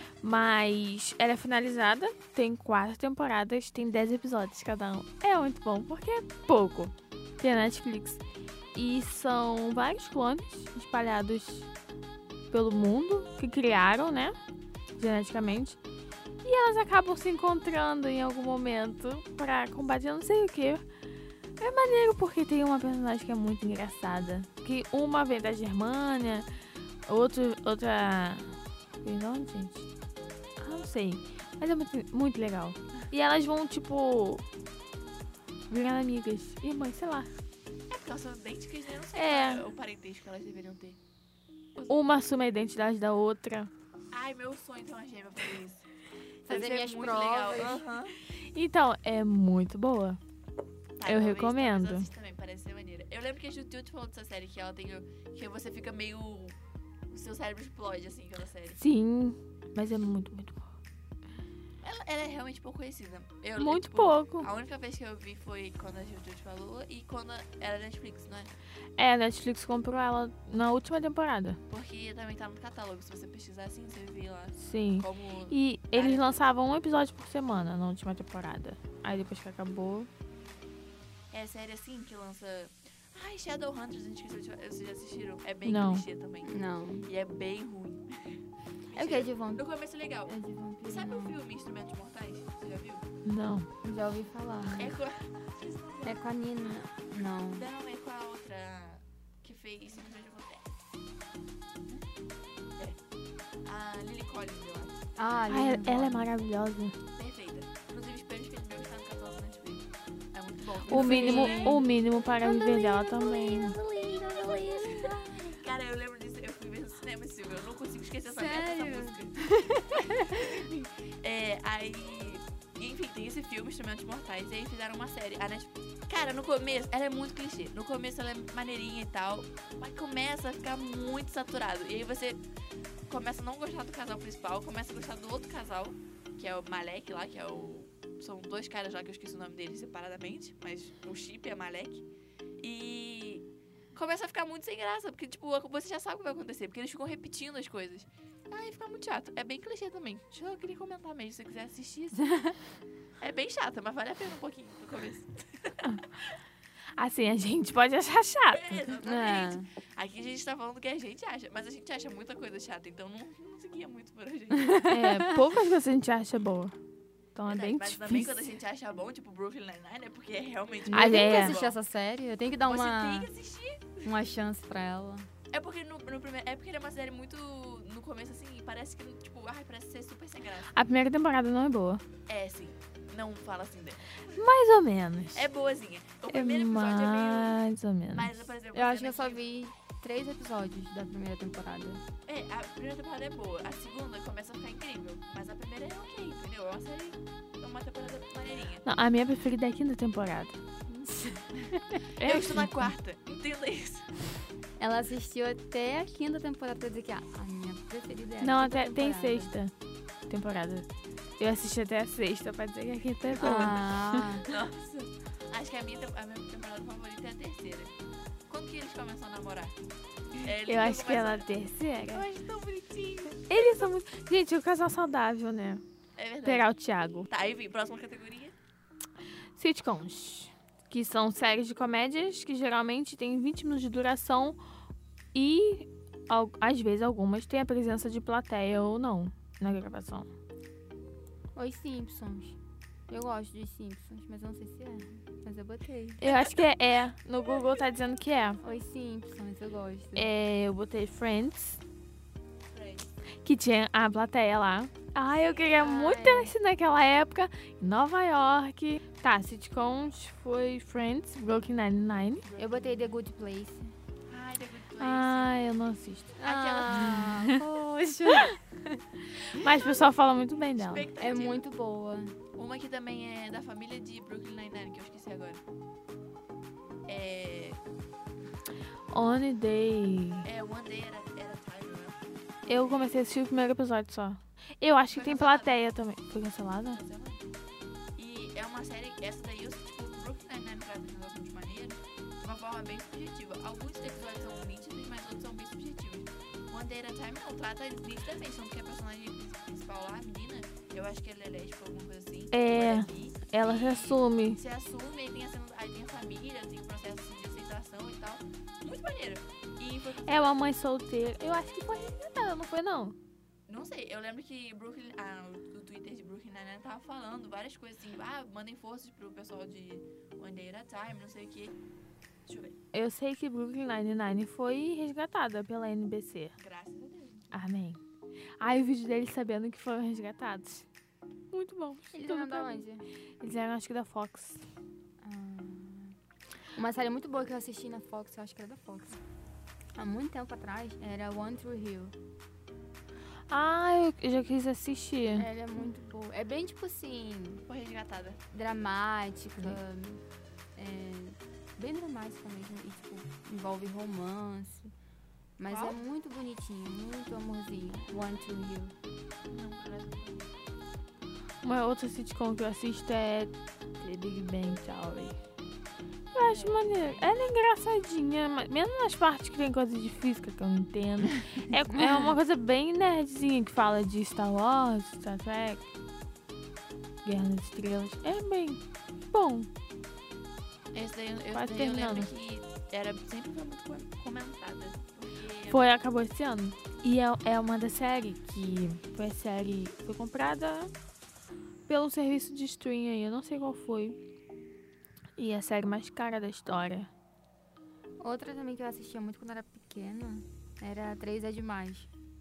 Mas ela é finalizada, tem quatro temporadas, tem dez episódios cada um. É muito bom, porque é pouco. Tem a Netflix. E são vários clones espalhados pelo mundo, que criaram, né? Geneticamente. E elas acabam se encontrando em algum momento pra combater não sei o que. É maneiro porque tem uma personagem que é muito engraçada. Que uma vem da Germânia, outro, outra... Vem de onde, gente? Ah, não sei. Mas é muito, muito legal. E elas vão, tipo... virando amigas. Irmãs, sei lá. É porque elas são idênticas, né? Eu não sei É. qual é o parentesco que elas deveriam ter. Uma assume a identidade da outra. Ai, meu sonho ter uma gêmea pra isso. Fazer Deve ser minhas muito provas. legal. Aham. Então, é muito boa. Tá, Eu talvez- recomendo. talvez eu assista também, parece ser maneira. Eu lembro que a Juju te falou dessa série, que ela tem... o- que você fica meio... O seu cérebro explode, assim, pela série. Sim, mas é muito, muito boa. Ela, ela é realmente pouco conhecida. Eu, Muito tipo, pouco. A única vez que eu vi foi quando a Juju te falou e quando era Netflix, não é? É, a Netflix comprou ela na última temporada. Porque também tá no catálogo. Se você pesquisar assim, você vê lá Sim. como... E eles lançavam um episódio por semana na última temporada. Aí depois que acabou... É série assim que lança... Ai, Shadowhunters, a gente esqueceu de... Vocês já assistiram? É bem Não. clichê também. Não. E é bem ruim. É o que? É de vampiro? No começo é legal. É de vampiro. Sabe o não. filme Instrumentos Mortais? Você já viu? Não. Já ouvi falar. É com... É com a Nina. Não. Não, é com a outra que fez Instrumentos Mortais. É. A Lily Collins, eu acho. Ah, Ah, Lily ela, ela é Collins. maravilhosa. Perfeita. Inclusive, espero que meu está no catálogo da Netflix. É muito bom. O Sim. mínimo, o mínimo para viver dela também. Cara, eu lembro disso. Eu fui ver cinema esse filme. Eu não consigo esquecer essa merda Sério? dessa música. é, aí... Enfim, tem esse filme, Instrumentos Mortais, e aí fizeram uma série. A Netflix... Cara, no começo, ela é muito clichê. No começo ela é maneirinha e tal, mas começa a ficar muito saturado. E aí você começa a não gostar do casal principal, começa a gostar do outro casal, que é o Malek lá, que é o... São dois caras lá que eu esqueci o nome deles separadamente, mas o chip é Malek. E começa a ficar muito sem graça, porque, tipo, você já sabe o que vai acontecer, porque eles ficam repetindo as coisas. Aí fica muito chato. É bem clichê também. Deixa eu queria comentar mesmo, se você quiser assistir. Assim. É bem chata, mas vale a pena um pouquinho no começo. Assim, a gente pode achar chato. É, exatamente. Aqui a gente tá falando o que a gente acha, mas a gente acha muita coisa chata, então não, não seguia muito por a gente. É, poucas coisas a gente acha boa. Então é Verdade, bem mas difícil. também quando a gente acha bom, tipo Brooklyn Nine-Nine, é porque é realmente Ah, Eu tenho que é. assistir essa série, eu tenho que dar Você uma, tem que assistir. uma chance pra ela. É porque no, no primeiro, é porque ele é uma série muito no começo assim, parece que tipo, ai, parece ser super sem graça. A primeira temporada não é boa. É, sim. Não fala assim dela. Mais ou menos. É boazinha. O É primeiro episódio é meio, mais ou menos. mas por exemplo, Eu a acho que eu cena só vi três episódios da primeira temporada. É, a primeira temporada é boa, a segunda começa a ficar incrível, mas a primeira é ok, entendeu? É uma série, é uma temporada maneirinha. Não, a minha preferida é a quinta temporada. É Eu estou na quinta. quarta, entenda isso. Ela assistiu até a quinta temporada pra dizer que ah, a minha preferida é a Não, quinta até tem temporada. sexta temporada. Eu assisti até a sexta pra dizer que a quinta é boa. Ah, Nossa, acho que a minha, tem- a minha temporada favorita é a terceira. Quando que eles começam a namorar? É, eles Eu acho que é na começam- Eu terceira. acho tão bonitinho. Eles são muito... Gente, o casal saudável, né? É verdade. Pegar o Thiago. Tá, aí vem, próxima categoria. Sitcoms, que são séries de comédias que geralmente têm vinte minutos de duração e, al- às vezes, algumas têm a presença de plateia ou não na gravação. Os Simpsons. Eu gosto dos Simpsons, mas eu não sei se é. Mas eu botei. Eu acho que é. é. No Google tá dizendo que é. Os Simpsons, eu gosto. É, eu botei Friends, Friends. que tinha a plateia lá. Ah, eu queria Ah, muito é. ter nascido naquela época, em Nova York. Tá, sitcoms foi Friends, Brooklyn Nine-Nine. Eu botei The Good Place. Ai, The Good Place. Ah, eu não assisto. Ah, poxa. Mas o pessoal fala muito bem dela. É Expectativa. muito boa. Uma que também é da família de Brooklyn Nine-Nine, que eu esqueci agora. É... Only Day. É, One Day era, era Time, né? Eu comecei a assistir o primeiro episódio só. Eu acho que Foi tem cancelada. plateia também. Foi cancelada? E é uma série, essa daí, eu, tipo, Brooklyn Nine-Nine trata de assuntos maneiros de uma forma bem subjetiva. Alguns episódios são nítidos, mas outros são bem subjetivos. One Day at a Time não trata nitidamente, tanto que a personagem principal lá, a menina, eu acho que ela é lésbica, alguma coisa assim. É, ou bi, ela e se assume. Se assume, aí tem, a, cena- aí tem a família, tem o processo assim, de aceitação e tal. Muito maneiro. E foi É uma mãe solteira. Eu acho que foi resgatada, não foi não? Não sei, eu lembro que Brooklyn, ah, o, o Twitter de Brooklyn Nine-Nine tava falando várias coisas assim, ah, mandem forças pro pessoal de One Day at a Time, não sei o que. Deixa eu ver. Eu sei que Brooklyn Nine-Nine foi resgatada pela N B C. Graças a Deus. Amém. Aí o vídeo deles sabendo que foram resgatados. Muito bom. Eles Tudo eram da pra mim. onde? Eles eram, acho que da Fox. Ah, uma série muito boa que eu assisti na Fox, eu acho que era da Fox. Há muito tempo atrás, era One True Hill. Ah, eu- eu já quis assistir. Ela é muito boa. É bem, tipo assim, Foi resgatada. dramática. É, bem dramática mesmo. E, tipo, envolve romance. Mas Qual? é muito bonitinho, muito amorzinho. One True Hill. Não, parece que Uma outra sitcom que eu assisto é The Big Bang Theory. Eu acho maneiro. Ela é engraçadinha, mas menos nas partes que tem coisa de física que eu não entendo. É, é uma coisa bem nerdzinha que fala de Star Wars, Star Trek, Guerra nas Estrelas. É bem bom. Esse daí, eu- esse Quase daí eu lembro terminando. que era, sempre foi muito com- comentada. Porque Foi, acabou esse ano. E é, é uma da série que foi a série. Foi comprada pelo serviço de stream aí, eu não sei qual foi. E é a série mais cara da história. Outra também que eu assistia muito quando era pequena era Três é Demais.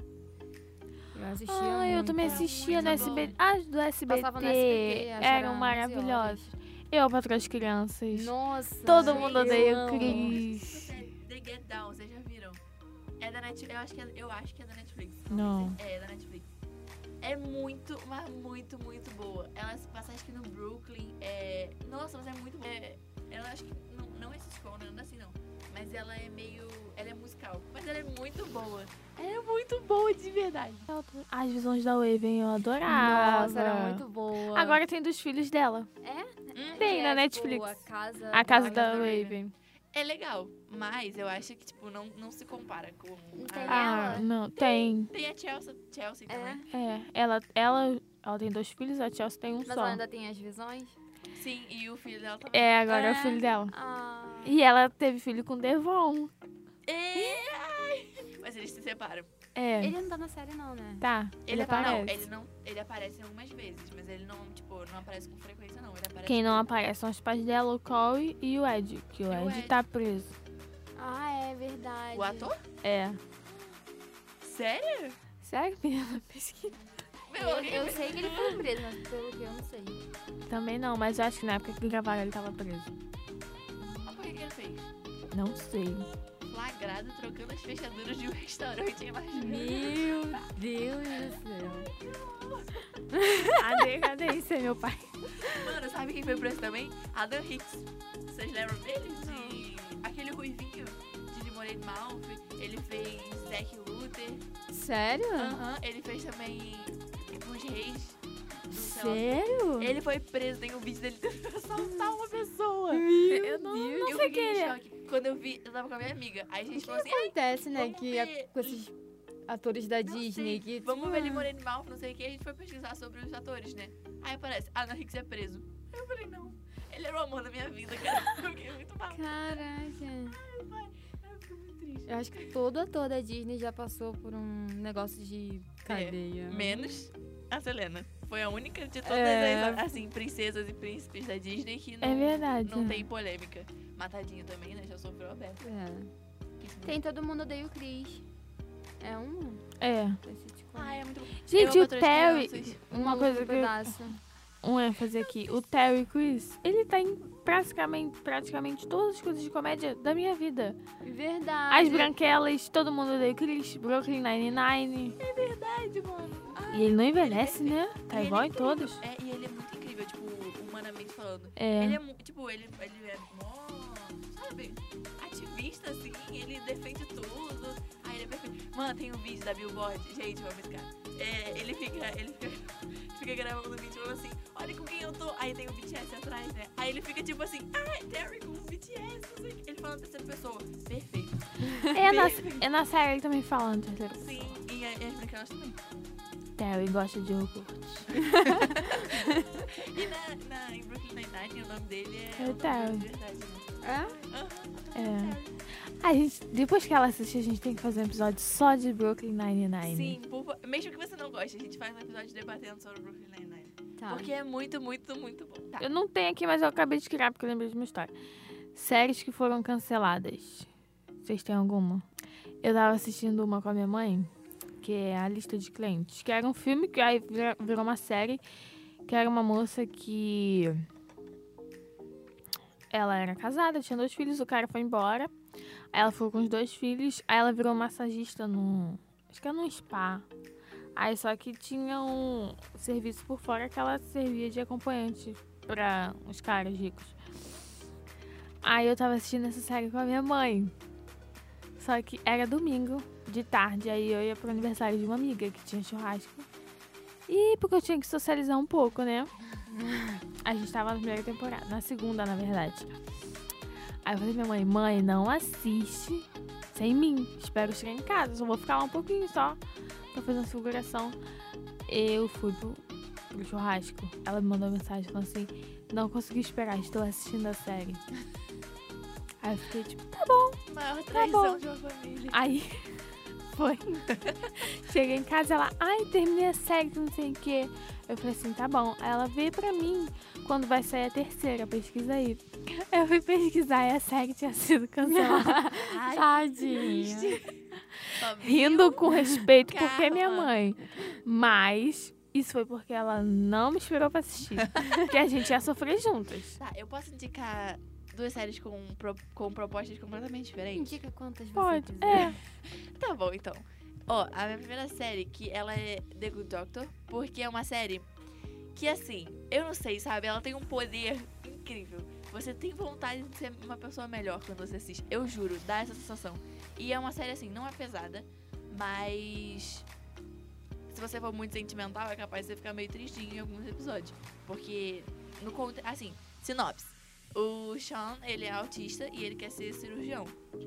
Eu assistia Ah, eu muito. também era assistia muito no bom. S B T. As do S B T, Passava no S B T, acho que eram era maravilhosas. onze horas. Eu, para as crianças. Nossa! Todo mundo eu odeia o amo. Chris. The Get Down, vocês já viram? É da Netflix. Eu acho que é, eu acho que é da Netflix. Não. É, é da Netflix. É muito, mas muito, muito boa. Ela se passa, acho que no Brooklyn. É... Nossa, mas é muito boa. É... Ela acho que não, não esse show, não é assim não. Mas ela é meio... Ela é musical. Mas ela é muito boa. Ela é muito boa, de verdade. As visões da Waven eu adorava. Nossa, era muito boa. Agora tem dos filhos dela. É? Hum, Tem Que na é, Netflix. Tipo, a casa, A casa da da Raven. Waven. É legal, mas eu acho que, tipo, não, não se compara com... Tem a... Ah, ela? não, tem. Tem a Chelsea, Chelsea É. também. É, ela, ela, ela tem dois filhos, a Chelsea tem um Mas só. ela ainda tem as visões? Sim, e o filho dela também. É, agora é o É. filho dela. Ah. E ela teve filho com Devon. É. Ai. Mas eles se separam. É, Ele não tá na série, não, né? tá. Ele, Ele apa- não, aparece. ele não, ele aparece algumas vezes, mas ele não, tipo, não aparece com frequência não, ele aparece Quem não aparece são os pais dela, o Corey e o Ed. Que o E o Ed Ed. tá preso. Ah, é verdade. O ator? É. Sério? Sério, menina? Pesquisa. Meu, Eu, alguém- eu sei que ele foi preso, mas pelo que eu não sei. Também não, mas eu acho que na época que gravaram ele tava preso. Mas por que que ele fez? Não sei. Flagrado trocando as fechaduras de um restaurante em Marginal. Meu Deus do céu. Cadê, cadê isso aí, meu pai? Mano, sabe quem foi preso também? Adam Hicks. Vocês lembram dele? De... Aquele ruivinho de The Morning Mouth. Ele fez Zack Luther. Sério? Aham, ele fez também Os Reis. do Céu. Sério? Ele foi preso, tem um vídeo dele tentando assaltar uma pessoa. Eu não, Deus. não eu sei fiquei quem em é. choque. Quando eu vi, eu tava com a minha amiga. Aí a gente falou assim, ai, Acontece, né, vamos que ver. a- com esses atores da não Disney sei, que... vamos tipo, ver ele Moreno Mal, não sei o que. A gente foi pesquisar sobre os atores, né? Aí aparece, Adam Hicks é preso. Aí eu falei, não. Ele era o amor da minha vida, cara. Eu fiquei muito mal. Caraca. Ai, pai. Ai, eu fiquei muito triste. Eu acho que todo ator da Disney já passou por um negócio de cadeia. Menos a Selena. Foi a única de todas É. as, assim, princesas e príncipes da Disney que não, É verdade. não tem polêmica. Matadinho também, né? Já sofreu a beça. É. Tem Todo Mundo Odeia o Chris. É um É. desse tipo. Ah, é muito bom. Gente, Eu o amo Atores Terry... Crianças. Uma Um coisa que... pedaço. Um ênfase aqui. O Terry Crews, ele tá em praticamente, praticamente todas as coisas de comédia da minha vida. Verdade. As Branquelas, Todo Mundo Odeia o Chris, Brooklyn Nine-Nine. É verdade, mano. Ai, E ele não envelhece, né? e Tá ele igual é em incrível. todos. É, e ele é muito incrível, tipo, humanamente falando. É. Ele é muito, tipo, ele, ele é mó, sabe, ativista, assim, ele defende tudo. Aí ele é perfeito. Mano, tem um vídeo da Billboard, gente, vamos ficar. É, ele fica, ele fica, fica gravando um vídeo falando assim, olha com quem eu tô. Aí tem o B T S atrás, né? Aí ele fica tipo assim, ah, Terry com o B T S, não sei o que. Ele fala na terceira pessoa. Perfeito. É na, Perfeito. é na série ele também fala na terceira pessoa. Sim, e, a- e as branquelas também. Terry gosta de iogurte. E na, na, em Brooklyn Nine-Nine, o nome dele é, É o nome Terry. dele de verdade, né? É? Aham, É. Terry. A gente, depois que ela assistir, a gente tem que fazer um episódio só de Brooklyn Nine-Nine. Sim, por fa- mesmo que você não goste, a gente faz um episódio debatendo sobre Brooklyn Nine-Nine. Tá. Porque é muito, muito, muito bom. Tá. Eu não tenho aqui, mas eu acabei de criar porque eu lembrei de uma história. Séries que foram canceladas. Vocês têm alguma? Eu tava assistindo uma com a minha mãe, que é A Lista de Clientes, que era um filme que aí vira- virou uma série, que era uma moça que... Ela era casada, tinha dois filhos, o cara foi embora. Aí ela ficou com os dois filhos, aí ela virou massagista num... Acho que era num spa. Aí só que tinha um serviço por fora que ela servia de acompanhante pra os caras ricos. Aí eu tava assistindo essa série com a minha mãe. Só que era domingo, de tarde, aí eu ia pro aniversário de uma amiga que tinha churrasco. E porque eu tinha que socializar um pouco, né? A gente tava na primeira temporada, na segunda, na verdade. Aí eu falei pra minha mãe, mãe, não assiste sem mim. Espero chegar em casa, só vou ficar lá um pouquinho só pra fazer uma figuração. Eu fui pro, pro churrasco. Ela me mandou mensagem falando assim, não consegui esperar, estou assistindo a série. Aí eu fiquei tipo, tá bom. Maior Tá traição bom. de uma família. Aí foi. Cheguei em casa, ela, ai, terminei a série, que não sei o quê. Eu falei assim, tá bom. Aí ela veio pra mim quando vai sair a terceira, pesquisa aí. Eu fui pesquisar e a série tinha sido cancelada. Ai, Tadinha. só viu? Rindo com respeito, porque é minha Karma. mãe. Mas isso foi porque ela não me esperou pra assistir. Porque a gente ia sofrer juntas. Tá, eu posso indicar duas séries com, pro, com propostas completamente diferentes? Indica quantas você Pode, quiser. é. Tá bom, então. Ó, a minha primeira série, que ela é The Good Doctor, porque é uma série que, assim, eu não sei, sabe? Ela tem um poder incrível. Você tem vontade de ser uma pessoa melhor quando você assiste. Eu juro, dá essa sensação. E é uma série, assim, não é pesada, mas... se você for muito sentimental, é capaz de você ficar meio tristinho em alguns episódios. Porque, no conte- assim, sinopse. O Sean, ele é autista e ele quer ser cirurgião.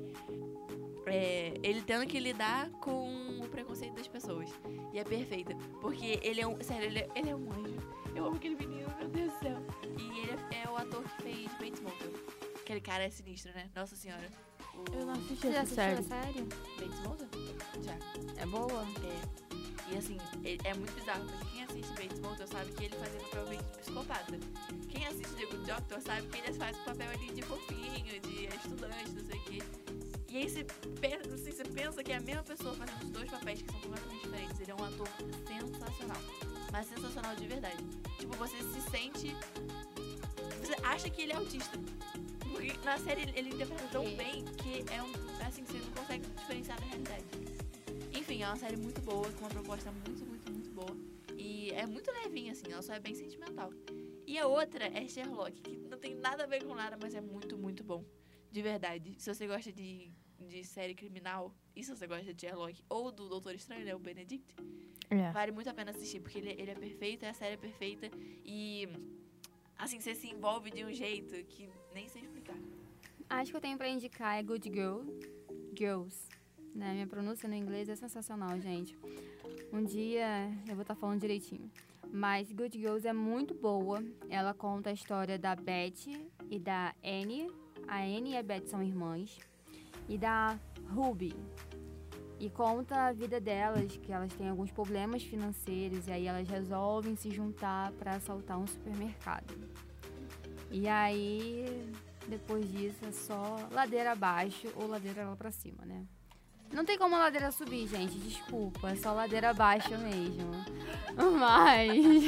É, ele tendo que lidar com o preconceito das pessoas. E é perfeita. Porque ele é um... sério, ele é, ele é um anjo. Eu amo aquele menino, meu Deus do céu. E ele é, é o ator que fez Bates Motel. Aquele cara é sinistro, né? Nossa senhora. O Eu não assisti Você já essa assistiu série. a série? Bates Motel? Já. É boa? É. E assim, é, é muito bizarro, porque quem assiste Bates Motel sabe que ele fazia papel meio de psicopata. Quem assiste The Good Doctor sabe que ele faz o papel ali de fofinho, de estudante, não sei o quê. E aí você pensa, assim, você pensa que é a mesma pessoa fazendo os dois papéis que são completamente diferentes. Ele é um ator sensacional. Mas sensacional de verdade. Tipo, você se sente... você acha que ele é autista. Porque na série ele, ele interpreta tão Ok. bem que é um... assim, você não consegue diferenciar da realidade. Enfim, é uma série muito boa, com uma proposta muito, muito, muito boa. E é muito levinha, assim, ela só é bem sentimental. E a outra é Sherlock, que não tem nada a ver com nada, mas é muito, muito bom. De verdade. Se você gosta de, de série criminal, e se você gosta de Sherlock, ou do Doutor Estranho, né, o Benedict, É. vale muito a pena assistir, porque ele, ele é perfeito, a série é perfeita, e, assim, você se envolve de um jeito que nem sei explicar. Acho que eu tenho pra indicar é Good Girl. Girls. Né? Minha pronúncia no inglês é sensacional, gente. Um dia eu vou estar falando direitinho. Mas Good Girls é muito boa. Ela conta a história da Beth e da Annie. A Annie e a Beth são irmãs. E da Ruby. E conta a vida delas, que elas têm alguns problemas financeiros. E aí elas resolvem se juntar para assaltar um supermercado. E aí, depois disso, é só ladeira abaixo ou ladeira lá pra cima, né? Não tem como a ladeira subir, gente. Desculpa, é só ladeira abaixo mesmo. Mas...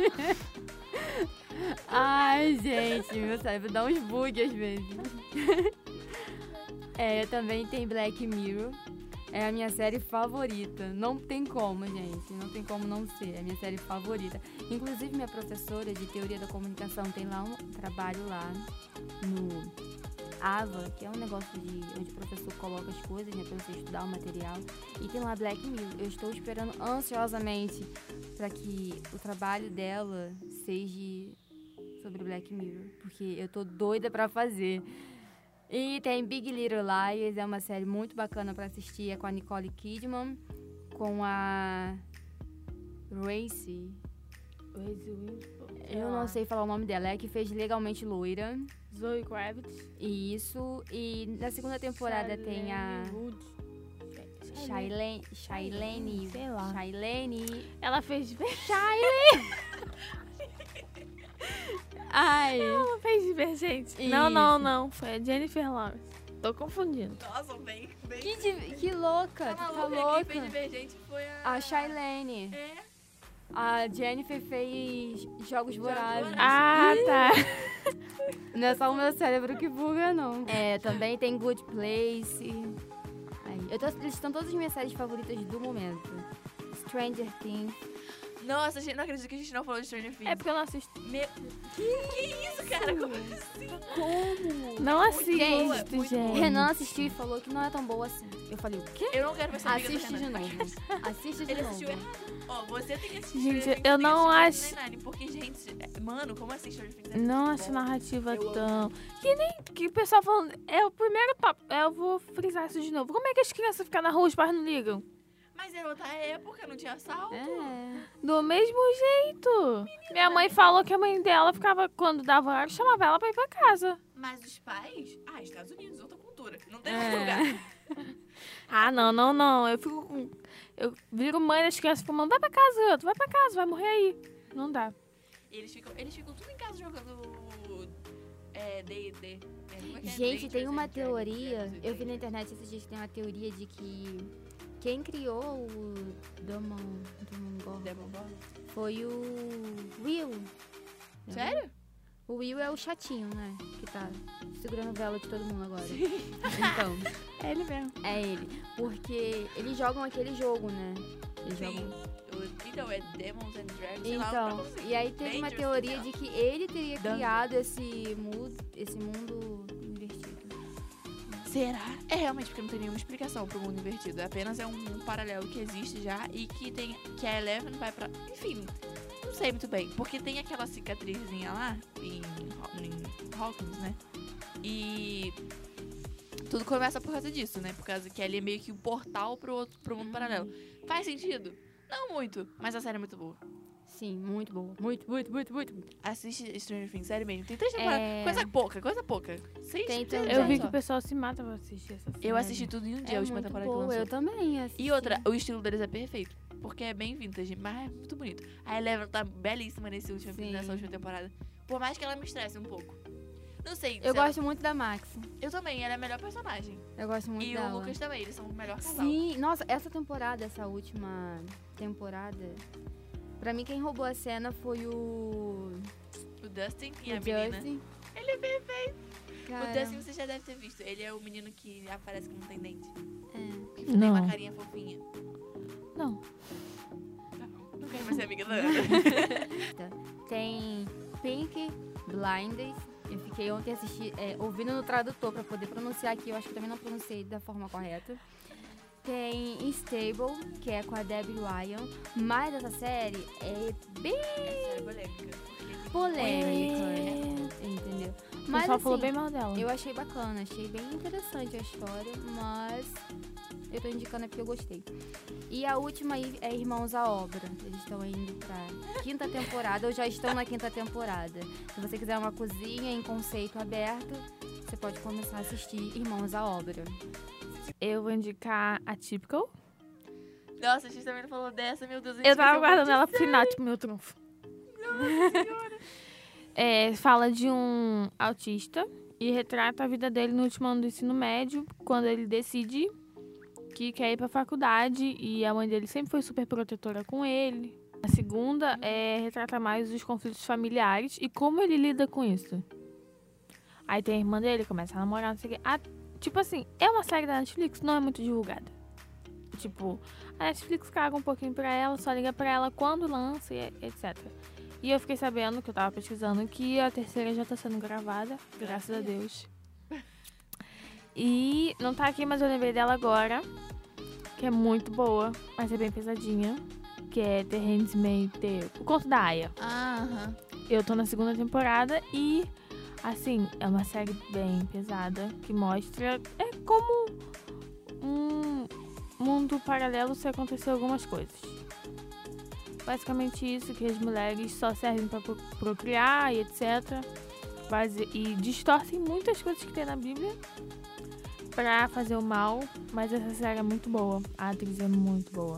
ai, gente, meu cérebro dá uns bugs às vezes. É, também tem Black Mirror. É a minha série favorita. Não tem como, gente. Não tem como não ser. É a minha série favorita. Inclusive, minha professora de Teoria da Comunicação tem lá um trabalho lá no A V A, que é um negócio de onde o professor coloca as coisas, né, pra você estudar o material. E tem lá Black Mirror. Eu estou esperando ansiosamente para que o trabalho dela seja sobre Black Mirror, porque eu tô doida pra fazer. E tem Big Little Lies, é uma série muito bacana pra assistir, é com a Nicole Kidman, com a Racy. Eu não sei falar o nome dela, é a que fez Legalmente Loira. Zoe Kravitz. Isso, e na segunda temporada tem a Shailene, Shailene, Sei lá. Shailene. Ela fez de ver. Ai, Ela fez de ver, gente. Não, não, não. Foi a Jennifer Lawrence. Tô confundindo. Nossa, bem, bem... que, di- que louca, Tá tu tá maluca, quem louca. fez Divergente foi a... A Shailene. É, A Jennifer fez Jogos Vorazes. Vorazes. Ah, tá. Não é só o meu cérebro que buga, não. É, também tem Good Place. Aí, eu tô listando todas as minhas séries favoritas do momento. Stranger Things. nossa, gente, não acredito que a gente não falou de Stranger Things. É porque eu não assisto. Meu... Que isso, cara? Como assim? Como? Não boa, assisto, muito gente. boa. Renan assistiu e falou que não é tão boa assim. Eu falei, o quê? Eu não quero ver essa amiga do Assiste de Renan. novo. Assiste de Ele novo. assistiu errado. Ó, você tem que assistir. Gente, Stranger Things, eu tem que não assistir acho- noventa e nove, porque, gente, é- mano, como assim Stranger Things? É Não muito acho bom. narrativa Eu amo. tão. Que nem que o pessoal falando. É o primeiro top. Eu vou frisar isso de novo. Como é que as crianças ficam na rua e os pais não ligam? Mas era outra época, não tinha assalto. É. Do mesmo jeito. Minha mãe falou que a mãe dela ficava, quando dava hora, chamava ela pra ir pra casa. Mas os pais... Ah, Estados Unidos, outra cultura. Não tem É. outro lugar. Ah, não, não, não. Eu fico com. Eu viro mãe das crianças falando, vai pra casa, garoto, vai pra casa, vai morrer aí. Não dá. Eles ficam, eles ficam tudo em casa jogando é, D e D. É, como é que é? Gente, tem Dangerous uma and Dragons, teoria. Dragons and Eu vi na Dragons. internet esses dias que tem uma teoria de que quem criou o Demon, Demon Gorgon Demogorgon. foi o Will. Sério? O Will é o chatinho, né? Que tá segurando a vela de todo mundo agora. Então, É ele mesmo. é ele. Porque eles jogam aquele jogo, né? Eles Sim. jogam. O- Então, é Demons and Dragons, sei lá, Então, um assim. e aí teve uma Dangerous, teoria sei de que ele teria Dungeon. criado esse mundo, esse mundo invertido. Será? É realmente porque não tem nenhuma explicação pro mundo invertido. Apenas é um mundo paralelo que existe já e que tem que a Eleven vai pra. Enfim, não sei muito bem. Porque tem aquela cicatrizinha lá em, em Hawkins, né? E tudo começa por causa disso, né? Por causa que ali é meio que um portal pro, outro, pro mundo paralelo. Faz sentido? Não muito, mas a série é muito boa. Sim, muito boa. Muito, muito, muito, muito. muito. Assiste Stranger Things, sério mesmo. Tem três temporadas. É. Coisa pouca, coisa pouca. Seis, Tem seis também. Eu vi só. que o pessoal se mata pra assistir essa série. Eu assisti tudo em um dia, É a última muito temporada que boa, lançou. eu também assisti. E outra, o estilo deles é perfeito. Porque é bem vintage, mas é muito bonito. A Eleven tá belíssima nesse último, Sim. nessa última temporada. Por mais que ela me estresse um pouco. Não sei. Eu se ela- gosto muito da Max. Eu também, ela é a melhor personagem. Eu gosto muito E dela. o Lucas também, eles são o melhor casal. Sim, nossa, essa temporada, essa última temporada, pra mim quem roubou a cena foi o, O Dustin e o a menina. Justin. Ele é perfeito. Cara, O Dustin você já deve ter visto. Ele é o menino que aparece que não tem dente. é. Que tem Não. uma carinha fofinha. Não. Não quero mais ser amiga da Ana. Tem Pink Blinders. Eu fiquei ontem assisti, é, ouvindo no tradutor pra poder pronunciar aqui. Eu acho que também não pronunciei da forma correta. Tem Unstable, que é com a Debbie Ryan. Mas essa série é bem É polêmica. porque- polêmica, É. entendeu? O Mas pessoal falou assim, bem mal dela. eu achei bacana, achei bem interessante a história, mas eu tô indicando é porque eu gostei. E a última aí é Irmãos à Obra. Eles estão indo pra quinta temporada, ou já estão na quinta temporada. Se você quiser uma cozinha em conceito aberto, você pode começar a assistir Irmãos à Obra. Eu vou indicar a Typical. Nossa, a gente também não falou dessa, meu Deus. a gente Eu tava esqueceu guardando muito ela de pro final, tipo, meu trunfo. É, fala de um autista e retrata a vida dele no último ano do ensino médio, quando ele decide que quer ir pra faculdade e a mãe dele sempre foi super protetora com ele. A segunda é retrata mais os conflitos familiares e como ele lida com isso. Aí tem a irmã dele, começa a namorar, não sei o quê. Ah, tipo assim, é uma série da Netflix, não é muito divulgada. Tipo, a Netflix caga um pouquinho pra ela, só liga pra ela quando lança e etcétera. E eu fiquei sabendo, que eu tava pesquisando, que a terceira já tá sendo gravada, graças a Deus. E não tá aqui, mas eu lembrei dela agora, que é muito boa, mas é bem pesadinha, que é The Handmaid's Tale, o conto da Aya. Ah, aham. Eu tô na segunda temporada e, assim, é uma série bem pesada, que mostra é como um mundo paralelo se acontecer algumas coisas. Basicamente isso, que as mulheres só servem pra pro- procriar e etcétera. Base- e distorcem muitas coisas que tem na Bíblia pra fazer o mal, mas essa série é muito boa. A atriz é muito boa.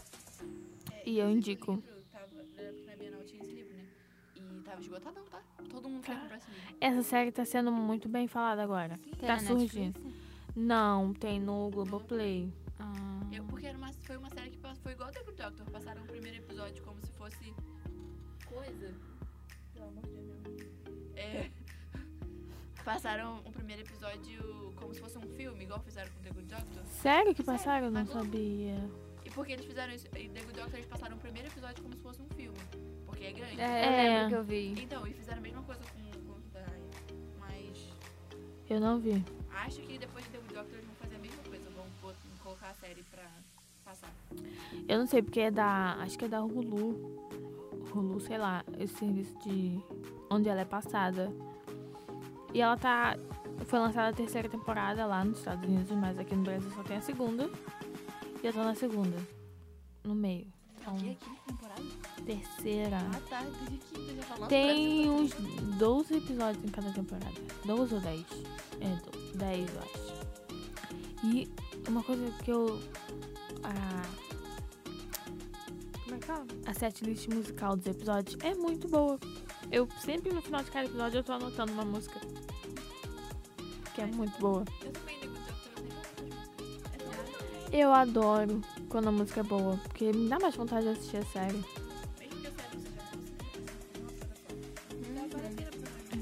E eu indico. Esse livro tava, na época na Bienal tinha esse livro, né? E tava esgotadão, tá? Todo mundo quer comprar esse livro. Essa série tá sendo muito bem falada agora. Tem Tá na surgindo. Netflix? Não, tem no Globoplay. Ah, Eu, porque era uma, foi uma série que passou- foi igual The Good Doctor. Passaram o primeiro episódio como se fosse coisa. Pelo amor de Deus. É. Passaram o primeiro episódio como se fosse um filme, igual fizeram com The Good Doctor. Sério que Sério, passaram? Eu não na Globo. sabia. E porque eles fizeram isso, em The Good Doctor eles passaram o primeiro episódio como se fosse um filme. Porque é grande. é, eu É. lembro que eu vi. Então, e fizeram a mesma coisa com com o da Aya. Mas Eu não vi. acho que depois de The Good Doctor eles vão fazer a mesma coisa. Vão bot- colocar a série pra passar. Eu não sei, porque é da. Acho que é da Hulu. Hulu, sei lá, esse serviço de. Onde ela é passada. E ela tá. Foi lançada a terceira temporada lá nos Estados Unidos, mas aqui no Brasil só tem a segunda. E eu tô na segunda. No meio. Então, Aqui é quinta temporada? terceira. Ah, tá. Entendi quinta, já falando. Tem uns doze episódios em cada temporada. doze ou dez? É, do- dez, eu acho. E uma coisa que eu. A, como é que fala? A setlist musical dos episódios é muito boa. Eu sempre no final de cada episódio eu tô anotando uma música. Que é muito boa. Eu também The Good Doctor, eu sei várias músicas. É tão legal. Eu adoro quando a música é boa. Porque me dá mais vontade de assistir a série. Mesmo que a série não seja boa, você já nossa, olha só. Dá várias pena pra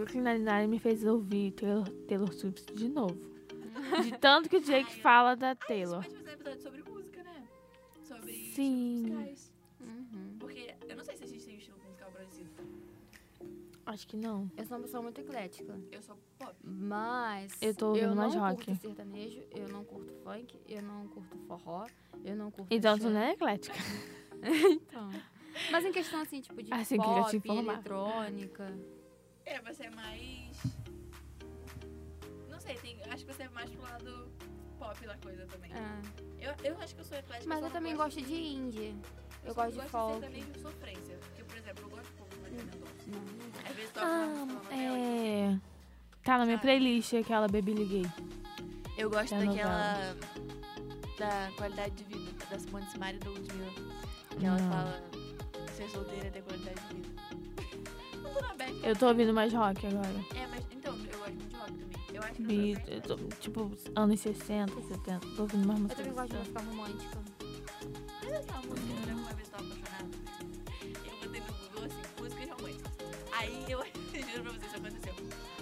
Brooklyn Nine-Nine me fez ouvir Taylor, Taylor Swift de novo. De tanto que o Jake Ai, fala da Ah, a gente Taylor. pode fazer um episódio sobre música, né? Sobre Sim. estilos musicais. Uhum. Porque eu não sei se a gente tem um estilo musical parecido. Acho que não. Eu sou uma pessoa muito eclética. Eu sou pop. Mas Eu tô ouvindo eu mais não rock. curto sertanejo, eu não curto funk, eu não curto forró, eu não curto Então axé. tu não é eclética. Então. Mas em questão assim, tipo, de Assim, queria te pop, informar. eletrônica. É, você é mais... Não sei, tem... acho que você é mais pro lado pop da coisa também. É. Eu, eu acho que eu sou eclética. Mas só eu não também gosto de indie. Eu só gosto não de folk. de sertanejo e sofrência. Porque, por exemplo, eu gosto de pouco de Maria Mendonça. Não, não gosto. Às vezes toca uma música nova dela. É. Tá na minha Sabe? playlist aquela Baby Liguei. Eu gosto Da daquela... Da qualidade de vida. Da Simone Simari e da Ludmilla. Que ela Não. fala... Ser solteira é ter qualidade de vida. Não tô na back. Eu tô ouvindo mais rock agora. É, mas... Então, eu gosto muito de rock também. Eu acho que Bi- eu sou eu tô, tipo, anos sessenta, setenta. Tô ouvindo mais Eu música. também gosto de música romântica. Mas aquela música, eu lembro uma vez eu tava apaixonada. Eu botei no Google assim, músicas românticas. Aí eu juro pra vocês, isso aconteceu.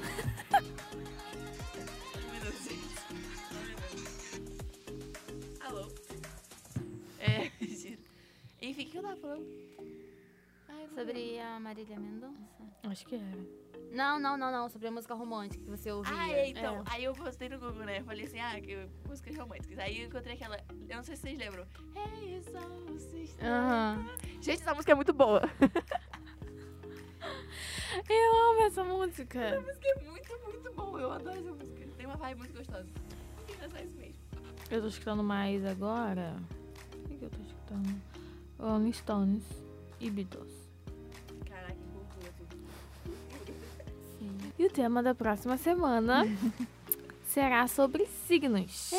Um minuto, gente. Alô? É, mentira. Enfim, o que eu tava falando? Ai, eu não lembro. Sobre a Marília Mendonça? Acho que era. Não, não, não, não. Sobre a música romântica que você ouvia. Ah, é, então. É. Aí eu postei no Google, né? Falei assim, ah, que músicas românticas. Aí eu encontrei aquela. Eu não sei se vocês lembram. Hey, so sister. Aham. Gente, essa música é muito boa. Eu amo essa música. Essa música é muito, muito boa. Eu adoro essa música. Tem uma vibe muito gostosa. Enfim, é só isso mesmo. Eu tô escutando mais agora. O que, que eu tô escutando? Rolling Stones e Beatles. Caraca, que cultura tudo. Sim. E o tema da próxima semana será sobre signos.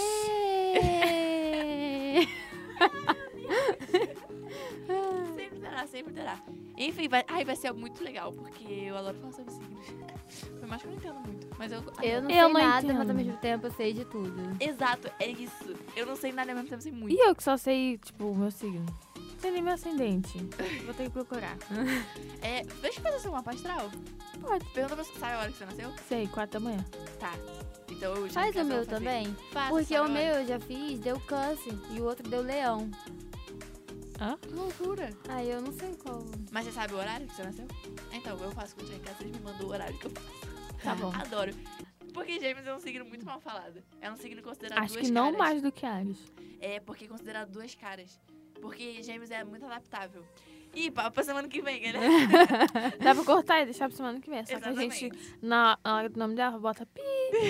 Sempre terá, sempre terá. Enfim, vai, ai, vai ser muito legal, porque eu adoro falar sobre signos. Foi mais que eu não entendo muito. Mas eu. Eu não Eu sei não nada, mas entendo. ao mesmo tempo eu sei de tudo. Exato, é isso. Eu não sei nada ao mesmo tempo, sei muito. E eu que só sei, tipo, o meu signo. Não sei nem meu ascendente. Vou ter que procurar. É, deixa eu fazer seu mapa astral. Pode. Pergunta pra você, sabe a hora que você nasceu? Sei, quatro da manhã. Tá. Então eu já Faz em casa o meu vou fazer. também. Faça, Porque sabe o a meu hora. eu já fiz, deu câncer. E o outro deu leão. Que loucura. Aí eu não sei qual. Mas você sabe o horário que você nasceu? Então, eu faço quando chegar em casa, vocês me mandam o horário que eu faço. Tá bom. Adoro. Porque Gêmeos é um signo muito mal falado. É um signo considerado Acho duas que não caras. mais do que Ares. É, porque é considerado duas caras. Porque Gêmeos é muito adaptável. Ih, pra, pra semana que vem, né? Dá pra cortar e deixar pra semana que vem. Só que a Exatamente. gente, na na hora do nome dela, bota pi.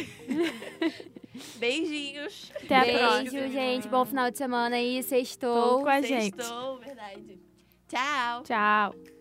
Beijinhos. Até a Beijo, próxima. gente. Bom final de semana aí. Sextou. Tô com a gente. Sextou, verdade. Tchau. Tchau.